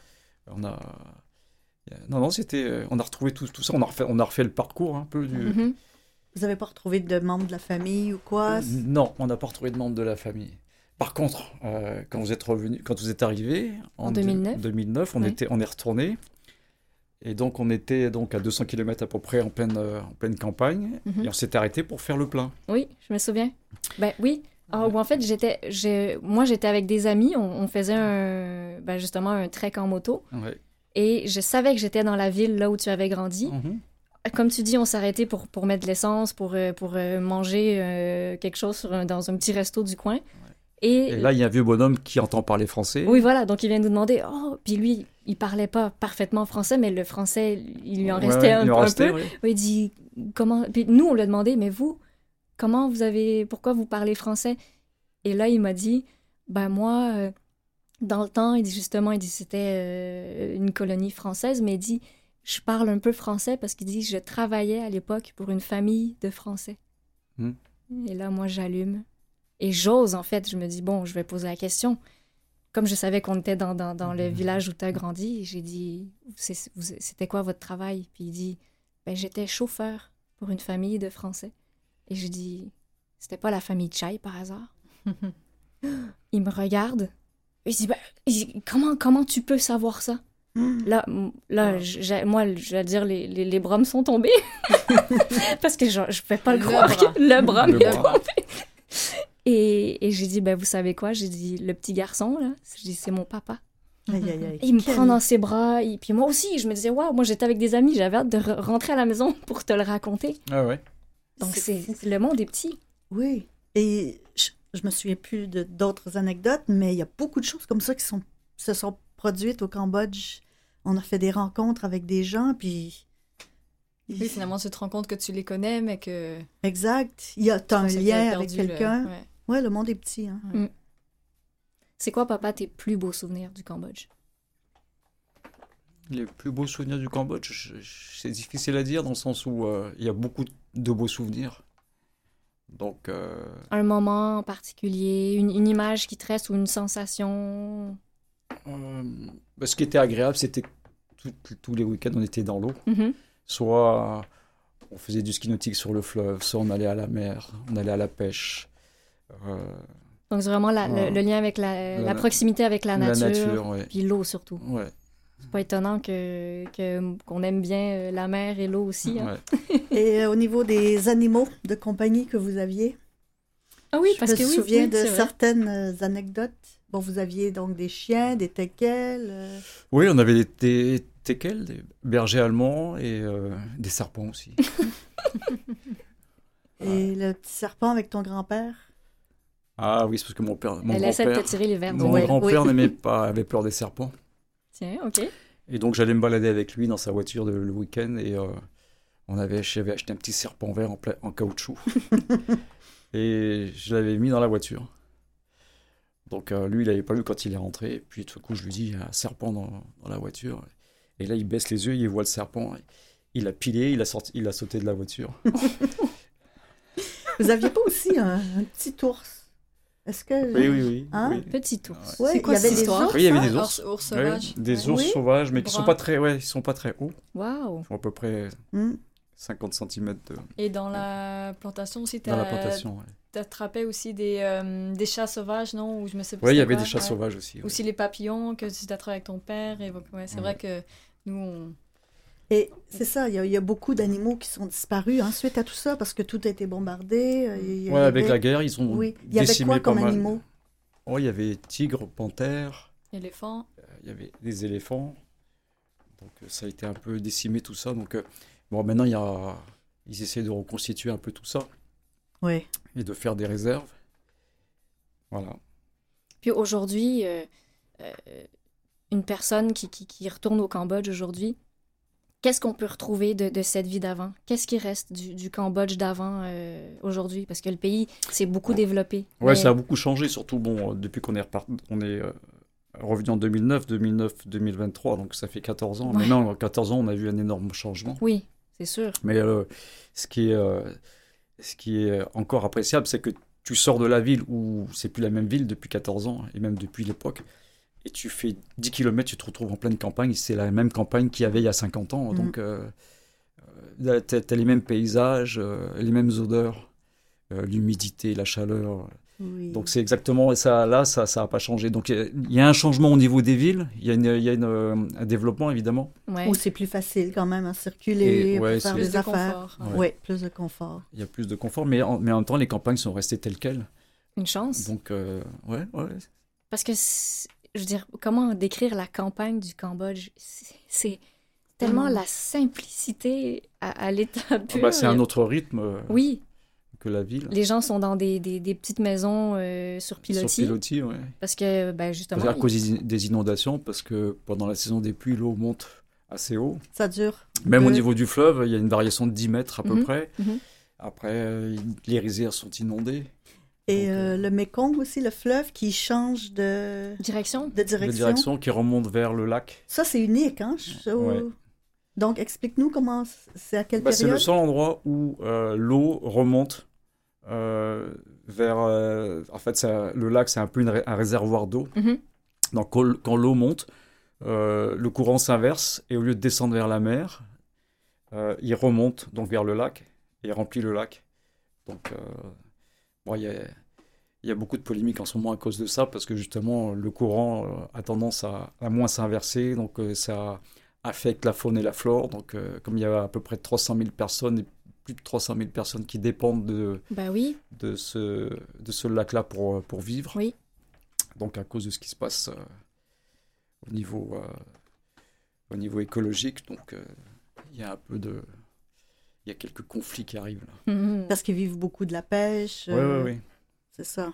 Non, c'était... on a retrouvé tout ça, on a refait le parcours un peu du... Vous n'avez pas retrouvé de membres de la famille ou quoi? Non, on n'a pas retrouvé de membres de la famille. Par contre, quand vous êtes arrivé en 2009, on est retourné. Et donc, on était à 200 km à peu près en pleine campagne. Et on s'est arrêté pour faire le plein. Oui, je me souviens. Oui. En fait, moi, j'étais avec des amis. On faisait justement un trek en moto. Ouais. Et je savais que j'étais dans la ville, là où tu avais grandi. Comme tu dis, on s'arrêtait pour mettre de l'essence, pour manger quelque chose dans un petit resto du coin. Et là, il y a un vieux bonhomme qui entend parler français. Oui, voilà. Donc, il vient nous demander... Puis lui, il parlait pas parfaitement français, mais le français, il lui en restait un peu. Oui. Il dit, comment... Puis nous, on lui a demandé, mais vous, pourquoi vous parlez français? Et là, il m'a dit, moi... Dans le temps, il dit c'était une colonie française, mais il dit je parle un peu français parce qu'il dit je travaillais à l'époque pour une famille de Français. Et là, moi, j'allume. Et j'ose, en fait, je me dis je vais poser la question. Comme je savais qu'on était dans le village où tu as grandi, j'ai dit c'était quoi votre travail? Puis il dit j'étais chauffeur pour une famille de Français. Et je dis c'était pas la famille Chai par hasard? Il me regarde. Il dit, comment tu peux savoir ça? Là, moi, je vais dire, les bras me sont tombés. Parce que je ne pouvais pas le croire. Le bras me tombé. Et j'ai dit, vous savez quoi? J'ai dit, le petit garçon, là, c'est mon papa. Et il me prend dans ses bras. Et puis moi aussi, je me disais, waouh, moi j'étais avec des amis, j'avais hâte de rentrer à la maison pour te le raconter. Ah ouais. Donc le monde est petit. Oui. Et je me souviens plus d'autres anecdotes, mais il y a beaucoup de choses comme ça qui se sont produites au Cambodge. On a fait des rencontres avec des gens, puis... Oui, finalement, tu te rends compte que tu les connais, mais que... Exact. T'as un lien avec quelqu'un. Ouais, le monde est petit. Hein. C'est quoi, papa, tes plus beaux souvenirs du Cambodge? Les plus beaux souvenirs du Cambodge, c'est difficile à dire dans le sens où il y a beaucoup de beaux souvenirs. Donc, un moment en particulier, une image qui te reste ou une sensation? Ce qui était agréable, c'était tous les week-ends, on était dans l'eau. Soit on faisait du ski nautique sur le fleuve, soit on allait à la mer, on allait à la pêche. Donc, c'est vraiment le lien avec la proximité avec la nature ouais. Puis l'eau surtout. Ouais. C'est pas étonnant qu'on aime bien la mer et l'eau aussi. Hein? Ouais. Et au niveau des animaux de compagnie que vous aviez? Ah oui, parce que Je me souviens de c'est vrai. certaines anecdotes. Bon, vous aviez donc des chiens, des teckels. Oui, on avait des teckels, des bergers allemands et des serpents aussi. Et le petit serpent avec ton grand-père. Ah oui, c'est parce que mon Elle essaie de te tirer les verres du mon nez. grand-père Oui. n'aimait pas, avait peur des serpents. Tiens, OK. Et donc j'allais me balader avec lui dans sa voiture le week-end et j'avais acheté un petit serpent vert en caoutchouc et je l'avais mis dans la voiture. Donc lui, il n'avait pas vu quand il est rentré. Et puis tout d'un coup, je lui dis, il y a un serpent dans la voiture. Et là, il baisse les yeux, il voit le serpent. Il a pilé, il a sauté de la voiture. Vous aviez pas aussi un petit ours? Est-ce que... Oui. Hein? Oui. Petit ours. Ouais, C'est quoi il y avait cette des histoire? ours, Oui, il y avait hein? des ours. Ours sauvages. Ouais, des ours Oui. sauvages, mais qui sont Bruns. pas très, ils sont pas très hauts. Wow. Ils font à peu près Hmm. 50 cm Et dans la plantation aussi, dans la plantation. Ouais, t'attrapais aussi des chats sauvages, non? Ou je me sais pas il y c'était avait quoi. des chats Ouais. sauvages aussi. Ouais. Aussi les papillons que tu t'attrapes avec ton père. Et... Ouais, c'est Ouais. vrai que nous, on... Et c'est ça, il y a beaucoup d'animaux qui sont disparus suite à tout ça, parce que tout a été bombardé. Il y Ouais, avec avait- la guerre, ils ont Oui. Il y avait décimé quoi pas comme mal. animaux? Oh, il y avait tigres, panthères, éléphants. il y avait des éléphants. Donc ça a été un peu décimé tout ça. Donc bon, maintenant ils essaient de reconstituer un peu tout ça Oui. et de faire des réserves. Voilà. Puis aujourd'hui, une personne qui retourne au Cambodge aujourd'hui, qu'est-ce qu'on peut retrouver de cette vie d'avant? Qu'est-ce qui reste du Cambodge d'avant aujourd'hui? Parce que le pays s'est beaucoup développé. Ouais, Mais- ça a beaucoup changé, surtout bon, depuis qu'on est revenu en 2009, 2023, donc ça fait 14 ans. Ouais. Maintenant, en 14 ans, on a vu un énorme changement. Oui, c'est sûr. Mais ce qui est encore appréciable, c'est que tu sors de la ville où c'est plus la même ville depuis 14 ans, et même depuis l'époque, et tu fais 10 km, tu te retrouves en pleine campagne, c'est la même campagne qu'il y avait il y a 50 ans, donc t'as les mêmes paysages, les mêmes odeurs, l'humidité, la chaleur. Oui. Donc c'est exactement ça. Là, ça n'a pas changé. Donc il y a un changement au niveau des villes. Il y a un développement évidemment. Ouais. Où c'est plus facile quand même à circuler, Et, ouais, pour faire c'est- Plus des de affaires. confort. Ouais. Oui, plus de confort. Il y a plus de confort, mais en même temps les campagnes sont restées telles quelles. Une chance. Donc ouais. Parce que, je veux dire, comment décrire la campagne du Cambodge? C'est tellement la simplicité à l'état pur. Bah, c'est un autre rythme Oui, que la ville. les gens sont dans des petites maisons sur pilotis. Sur pilotis, ouais. Parce que, ben, justement... À cause des inondations, parce que pendant la saison des pluies, l'eau monte assez haut. Ça dure. Même au de- niveau du fleuve, il y a une variation de 10 mètres à peu Mhm, près. mhm. Après, les rizières sont inondées. Et Donc, le Mekong aussi, le fleuve qui change de Direction? De direction qui remonte vers le lac. Ça, c'est unique, hein? Ouais. Donc, explique-nous comment, c'est à quelle Bah, c'est période? le seul endroit où l'eau remonte vers... en fait, le lac, c'est un peu un réservoir d'eau. Mhm. Donc, quand l'eau monte, le courant s'inverse et au lieu de descendre vers la mer, il remonte donc vers le lac et remplit le lac. Donc, bon, il y a beaucoup de polémiques en ce moment à cause de ça, parce que justement, le courant a tendance à moins s'inverser, donc ça affecte la faune et la flore. Donc, comme il y a à peu près 300 000 personnes, et plus de 300 000 personnes qui dépendent Ben oui, de ce lac-là pour vivre. Oui. Donc, à cause de ce qui se passe au niveau écologique, donc il y a un peu de... Il y a quelques conflits qui arrivent là. Mhm. Parce qu'ils vivent beaucoup de la pêche. Oui. C'est ça.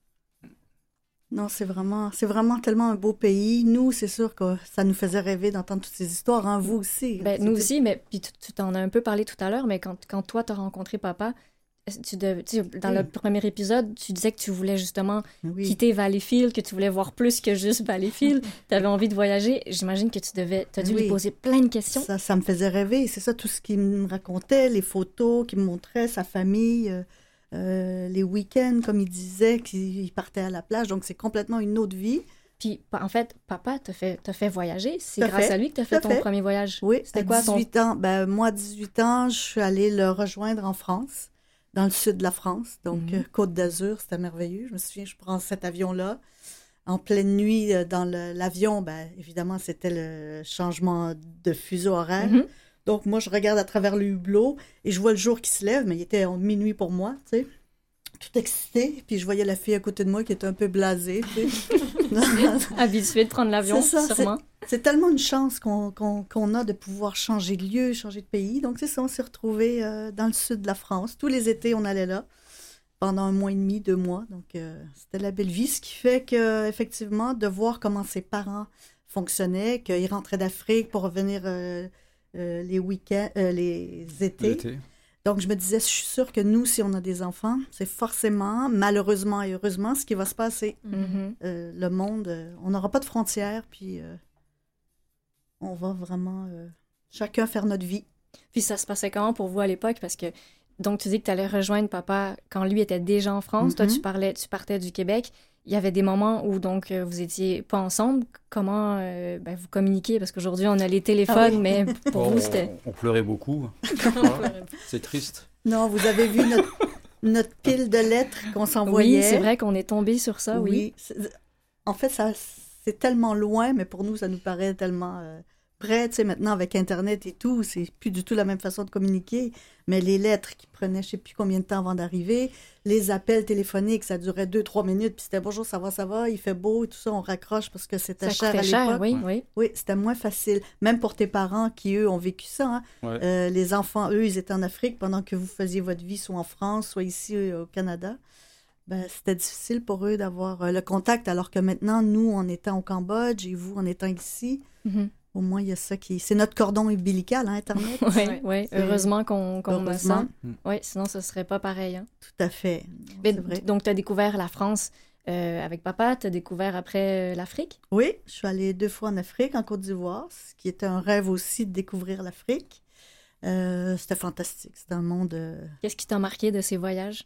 Non, c'est vraiment tellement un beau pays. Nous, c'est sûr que ça nous faisait rêver d'entendre toutes ces histoires. Hein, vous aussi. Ben, nous aussi, mais puis tu t'en as un peu parlé tout à l'heure, mais quand toi, t'as rencontré papa, tu sais, dans le premier épisode, tu disais que tu voulais justement Oui. quitter Valleyfield, que tu voulais voir plus que juste Valleyfield. Tu avais envie de voyager. J'imagine que t'as dû Oui. lui poser plein de questions. Ça me faisait rêver. C'est ça, tout ce qu'il me racontait, les photos qu'il me montrait, sa famille, les week-ends, comme il disait, qu'il partait à la plage. Donc, c'est complètement une autre vie. Puis, en fait, papa t'a fait voyager. C'est Tout à grâce fait. à lui que t'as Tout fait à ton fait. premier voyage. Oui, C'était à quoi ton... 18 ans. Ben, moi, à 18 ans, je suis allée le rejoindre en France, dans le sud de la France. Donc, Mhm. Côte d'Azur, c'était merveilleux. Je me souviens, je prends cet avion-là. En pleine nuit, dans l'avion, ben, évidemment, c'était le changement de fuseau horaire. Mhm. Donc, moi, je regarde à travers le hublot et je vois le jour qui se lève, mais il était minuit pour moi, tu sais. tout excitée. Puis je voyais la fille à côté de moi qui était un peu blasée. Habituée de prendre l'avion, sûrement. C'est tellement une chance qu'on a de pouvoir changer de lieu, changer de pays. Donc c'est ça, on s'est retrouvés dans le sud de la France. Tous les étés, on allait là pendant 1 mois et demi, 2 mois. Donc c'était la belle vie. Ce qui fait qu'effectivement, de voir comment ses parents fonctionnaient, qu'ils rentraient d'Afrique pour revenir les week-ends, les étés. Donc, je me disais, je suis sûre que nous, si on a des enfants, c'est forcément, malheureusement et heureusement, ce qui va se passer. Le monde, on n'aura pas de frontières, puis on va vraiment chacun faire notre vie. Puis ça se passait comment pour vous à l'époque? Parce que, donc, tu dis que tu allais rejoindre papa quand lui était déjà en France. Toi, tu partais du Québec. Il y avait des moments où, donc, vous étiez pas ensemble. Comment vous communiquiez? Parce qu'aujourd'hui, on a les téléphones, mais pour vous, c'était... On pleurait beaucoup. C'est triste. Non, vous avez vu notre pile de lettres qu'on s'envoyait. Oui, c'est vrai qu'on est tombé sur ça, oui. En fait, c'est tellement loin, mais pour nous, ça nous paraît tellement près. Tu sais, maintenant, avec Internet et tout, c'est plus du tout la même façon de communiquer. Mais les lettres qui prenaient je ne sais plus combien de temps avant d'arriver, les appels téléphoniques, ça durait 2-3 minutes, puis c'était « Bonjour, ça va, il fait beau » et tout ça, on raccroche parce que c'était cher à l'époque. Oui, c'était moins facile. Même pour tes parents qui, eux, ont vécu ça. Hein. Les enfants, eux, ils étaient en Afrique pendant que vous faisiez votre vie, soit en France, soit ici au Canada. Ben, c'était difficile pour eux d'avoir le contact, alors que maintenant, nous, en étant au Cambodge et vous, en étant ici, au moins, il y a ça qui... C'est notre cordon ombilical, hein, Internet. Oui. Heureusement qu'on a ça. Oui, sinon, ce ne serait pas pareil. Hein. Tout à fait. Mais, donc, tu as découvert la France avec papa. Tu as découvert après l'Afrique? Oui, je suis allée 2 fois en Afrique, en Côte d'Ivoire, ce qui était un rêve aussi de découvrir l'Afrique. C'était fantastique. C'était un monde... Qu'est-ce qui t'a marqué de ces voyages?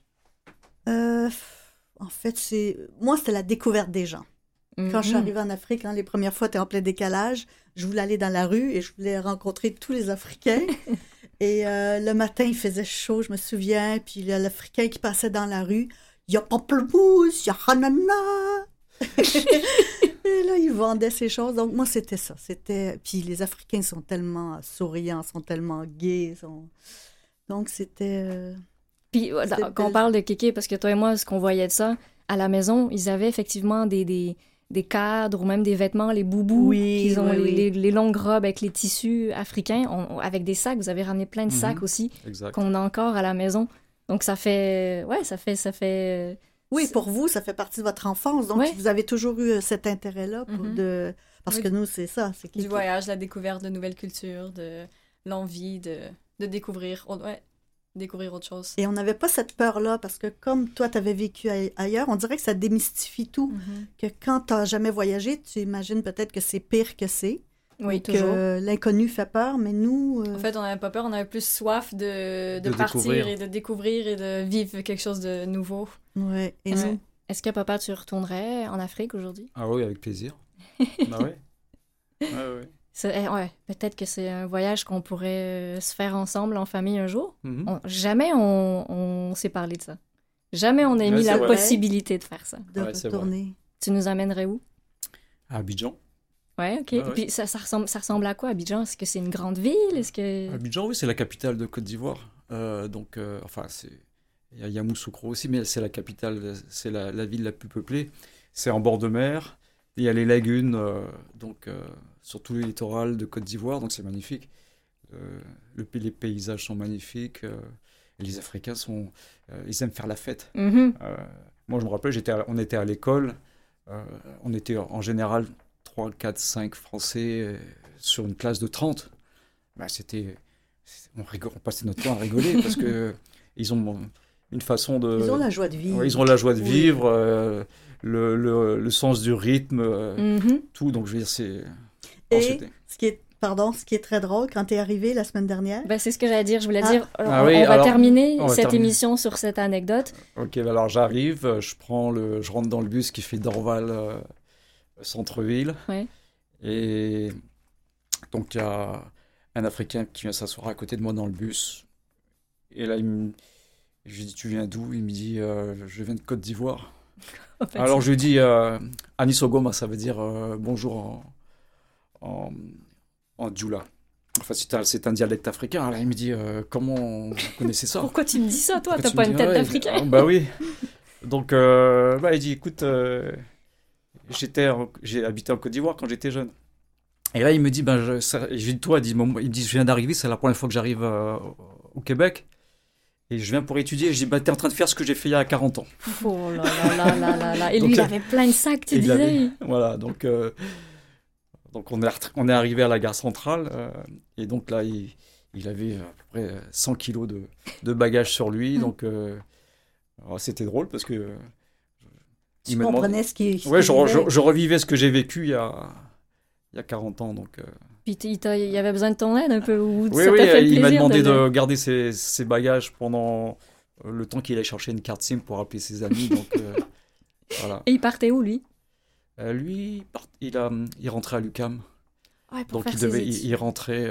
En fait, moi, c'était la découverte des gens. Quand je suis arrivée en Afrique, les premières fois, tu es en plein décalage. Je voulais aller dans la rue et je voulais rencontrer tous les Africains. Et le matin, il faisait chaud, je me souviens. Puis l'Africain qui passait dans la rue, il y a pamplemousse, il y a hanana. Et là, il vendait ces choses. Donc, moi, c'était ça. Puis les Africains sont tellement souriants, sont tellement gais. Donc, c'était... Puis, quand on parle de kéké, parce que toi et moi, ce qu'on voyait de ça, à la maison, ils avaient effectivement des cadres ou même des vêtements, les boubous, qu'ils ont les longues robes avec les tissus africains, avec des sacs. Vous avez ramené plein de sacs aussi, qu'on a encore à la maison. Donc, ça fait... Oui, pour vous, ça fait partie de votre enfance. Donc, vous avez toujours eu cet intérêt-là parce que nous, c'est ça. C'est du voyage, la découverte de nouvelles cultures, de l'envie de découvrir... découvrir autre chose. Et on n'avait pas cette peur-là, parce que comme toi, tu avais vécu ailleurs, on dirait que ça démystifie tout. Que quand tu n'as jamais voyagé, tu imagines peut-être que c'est pire que c'est. Oui, toujours. Que l'inconnu fait peur, mais nous... En fait, on n'avait pas peur, on avait plus soif de partir et de découvrir et de vivre quelque chose de nouveau. Oui, et nous... Est-ce que, papa, tu retournerais en Afrique aujourd'hui? Ah oui, avec plaisir. Ah oui. Peut-être que c'est un voyage qu'on pourrait se faire ensemble en famille un jour. Jamais on s'est parlé de ça. Jamais on a mis la possibilité de faire ça. De retourner. Tu nous amènerais où? À Abidjan. Ouais, ok. Et puis ça ressemble à quoi, Abidjan? Est-ce que c'est une grande ville? Abidjan, oui, c'est la capitale de Côte d'Ivoire. Il y a Yamoussoukro aussi, mais c'est la capitale, c'est la ville la plus peuplée. C'est en bord de mer. Il y a les lagunes, sur tout le littoral de Côte d'Ivoire, donc c'est magnifique. Les paysages sont magnifiques. Et les Africains ils aiment faire la fête. Moi, je me rappelle, on était à l'école. On était en général 3, 4, 5 Français sur une classe de 30. On passait notre temps à rigoler parce qu'ils ont une façon de... Ils ont la joie de vivre. Ils ont la joie de vivre, le sens du rythme, tout. Donc, je veux dire, c'est... Et ce qui est très drôle, quand tu es arrivé la semaine dernière... C'est ce que j'allais dire. Je voulais dire, on va terminer cette émission sur cette anecdote. Ok, alors j'arrive, je rentre dans le bus qui fait Dorval, centre-ville. Ouais. Et donc, il y a un Africain qui vient s'asseoir à côté de moi dans le bus. Et là, je lui dis, tu viens d'où? Il me dit, je viens de Côte d'Ivoire. Alors, je lui dis, Anisogoma, ça veut dire bonjour en Djoula. Enfin, c'est un dialecte africain. Là, il me dit comment vous connaissez ça? Pourquoi tu me dis ça, toi? T'as pas une tête d'Africain? Bah oui. Donc, il dit, écoute, j'ai habité en Côte d'Ivoire quand j'étais jeune. Et là, il me dit, je dis, toi, il me dit, je viens d'arriver, c'est la première fois que j'arrive au Québec. Et je viens pour étudier. Je dis, t'es en train de faire ce que j'ai fait il y a 40 ans. Oh là là là là là. Et lui, il avait plein de sacs, tu disais. Voilà, donc on est arrivé à la gare centrale. Et donc là, il avait à peu près 100 kilos de bagages sur lui. Donc c'était drôle parce que... Tu comprenais ce qui... Ouais, je revivais ce que j'ai vécu il y a 40 ans. Donc, Puis il avait besoin de ton aide un peu? Ou oui, ça t'a fait il m'a demandé de garder ses bagages pendant le temps qu'il allait chercher une carte SIM pour appeler ses amis. Donc, voilà. Et il partait où, lui? Lui, il rentrait à l'UQAM. Ouais, pour donc faire il rentrait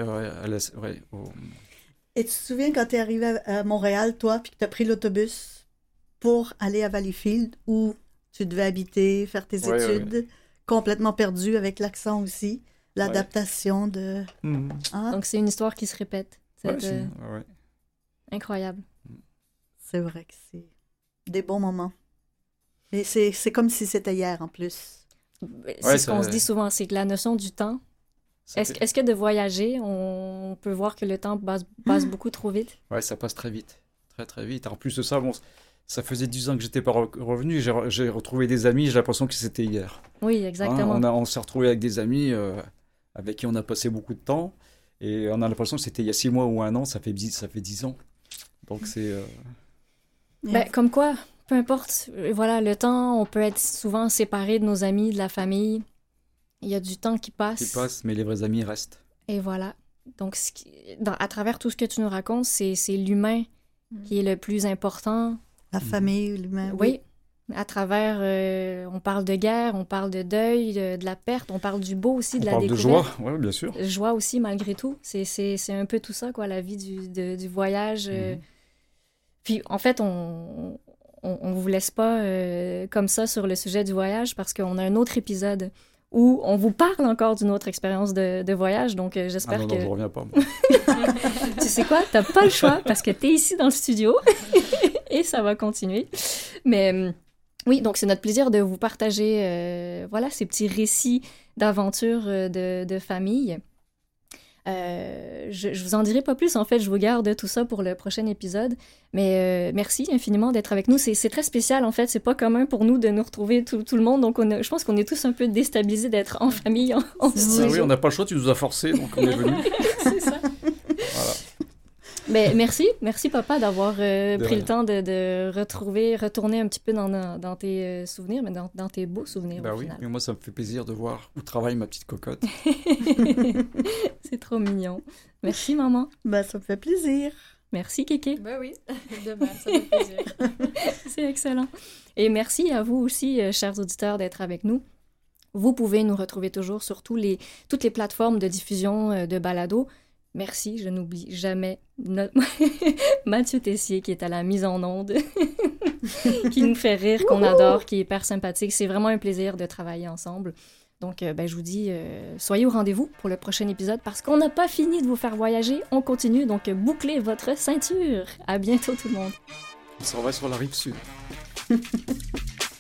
Et tu te souviens quand tu es arrivé à Montréal, toi, puis que tu as pris l'autobus pour aller à Valleyfield, où tu devais habiter, faire tes études, complètement perdu avec l'accent aussi, l'adaptation de... Hein? Donc c'est une histoire qui se répète. Ouais. Incroyable. C'est vrai que c'est des bons moments. Et c'est comme si c'était hier, en plus. C'est ce qu'on se dit souvent, c'est que la notion du temps, est-ce que de voyager, on peut voir que le temps passe beaucoup trop vite? Ouais, ça passe très vite. Très, très vite. En plus de ça, ça faisait 10 ans que j'étais pas revenu. J'ai retrouvé des amis, j'ai l'impression que c'était hier. Oui, exactement. On s'est retrouvés avec des amis avec qui on a passé beaucoup de temps. Et on a l'impression que c'était il y a 6 mois ou 1 an, ça fait 10 ans. Donc c'est... comme quoi, peu importe, voilà, le temps, on peut être souvent séparé de nos amis, de la famille. Il y a du temps qui passe. Mais les vrais amis restent. Et voilà. Donc, à travers tout ce que tu nous racontes, c'est l'humain qui est le plus important. La famille, l'humain. Oui. À travers, on parle de guerre, on parle de deuil, de la perte, on parle du beau aussi, de la découverte. On parle de joie, oui, bien sûr. Joie aussi, malgré tout. C'est un peu tout ça, quoi, la vie du voyage. Puis, en fait, on vous laisse pas comme ça sur le sujet du voyage parce qu'on a un autre épisode où on vous parle encore d'une autre expérience de voyage. Donc, j'espère que... Non, je reviens pas, moi. Tu sais quoi? T'as pas le choix parce que t'es ici dans le studio et ça va continuer. Mais oui, donc c'est notre plaisir de vous partager ces petits récits d'aventures de famille. Je vous en dirai pas plus, en fait, je vous garde tout ça pour le prochain épisode, mais merci infiniment d'être avec nous, c'est très spécial, en fait, c'est pas commun pour nous de nous retrouver tout le monde, donc je pense qu'on est tous un peu déstabilisés d'être en famille, en studio. Oui, on n'a pas le choix, tu nous as forcés, donc on est venus. C'est ça. Voilà. Mais merci papa d'avoir pris le temps de retourner un petit peu dans tes souvenirs, mais dans tes beaux souvenirs au final. Mais moi ça me fait plaisir de voir où travaille ma petite cocotte. C'est trop mignon. Merci maman. Ça me fait plaisir. Merci Kéké. Ben oui, demain, ça fait plaisir. C'est excellent. Et merci à vous aussi, chers auditeurs, d'être avec nous. Vous pouvez nous retrouver toujours sur toutes les plateformes de diffusion de balado. Merci, je n'oublie jamais Mathieu Tessier qui est à la mise en onde, qui nous fait rire, qu'on adore, qui est hyper sympathique. C'est vraiment un plaisir de travailler ensemble. Donc, je vous dis, soyez au rendez-vous pour le prochain épisode parce qu'on n'a pas fini de vous faire voyager. On continue, donc bouclez votre ceinture. À bientôt tout le monde. On s'en va sur la rive sud.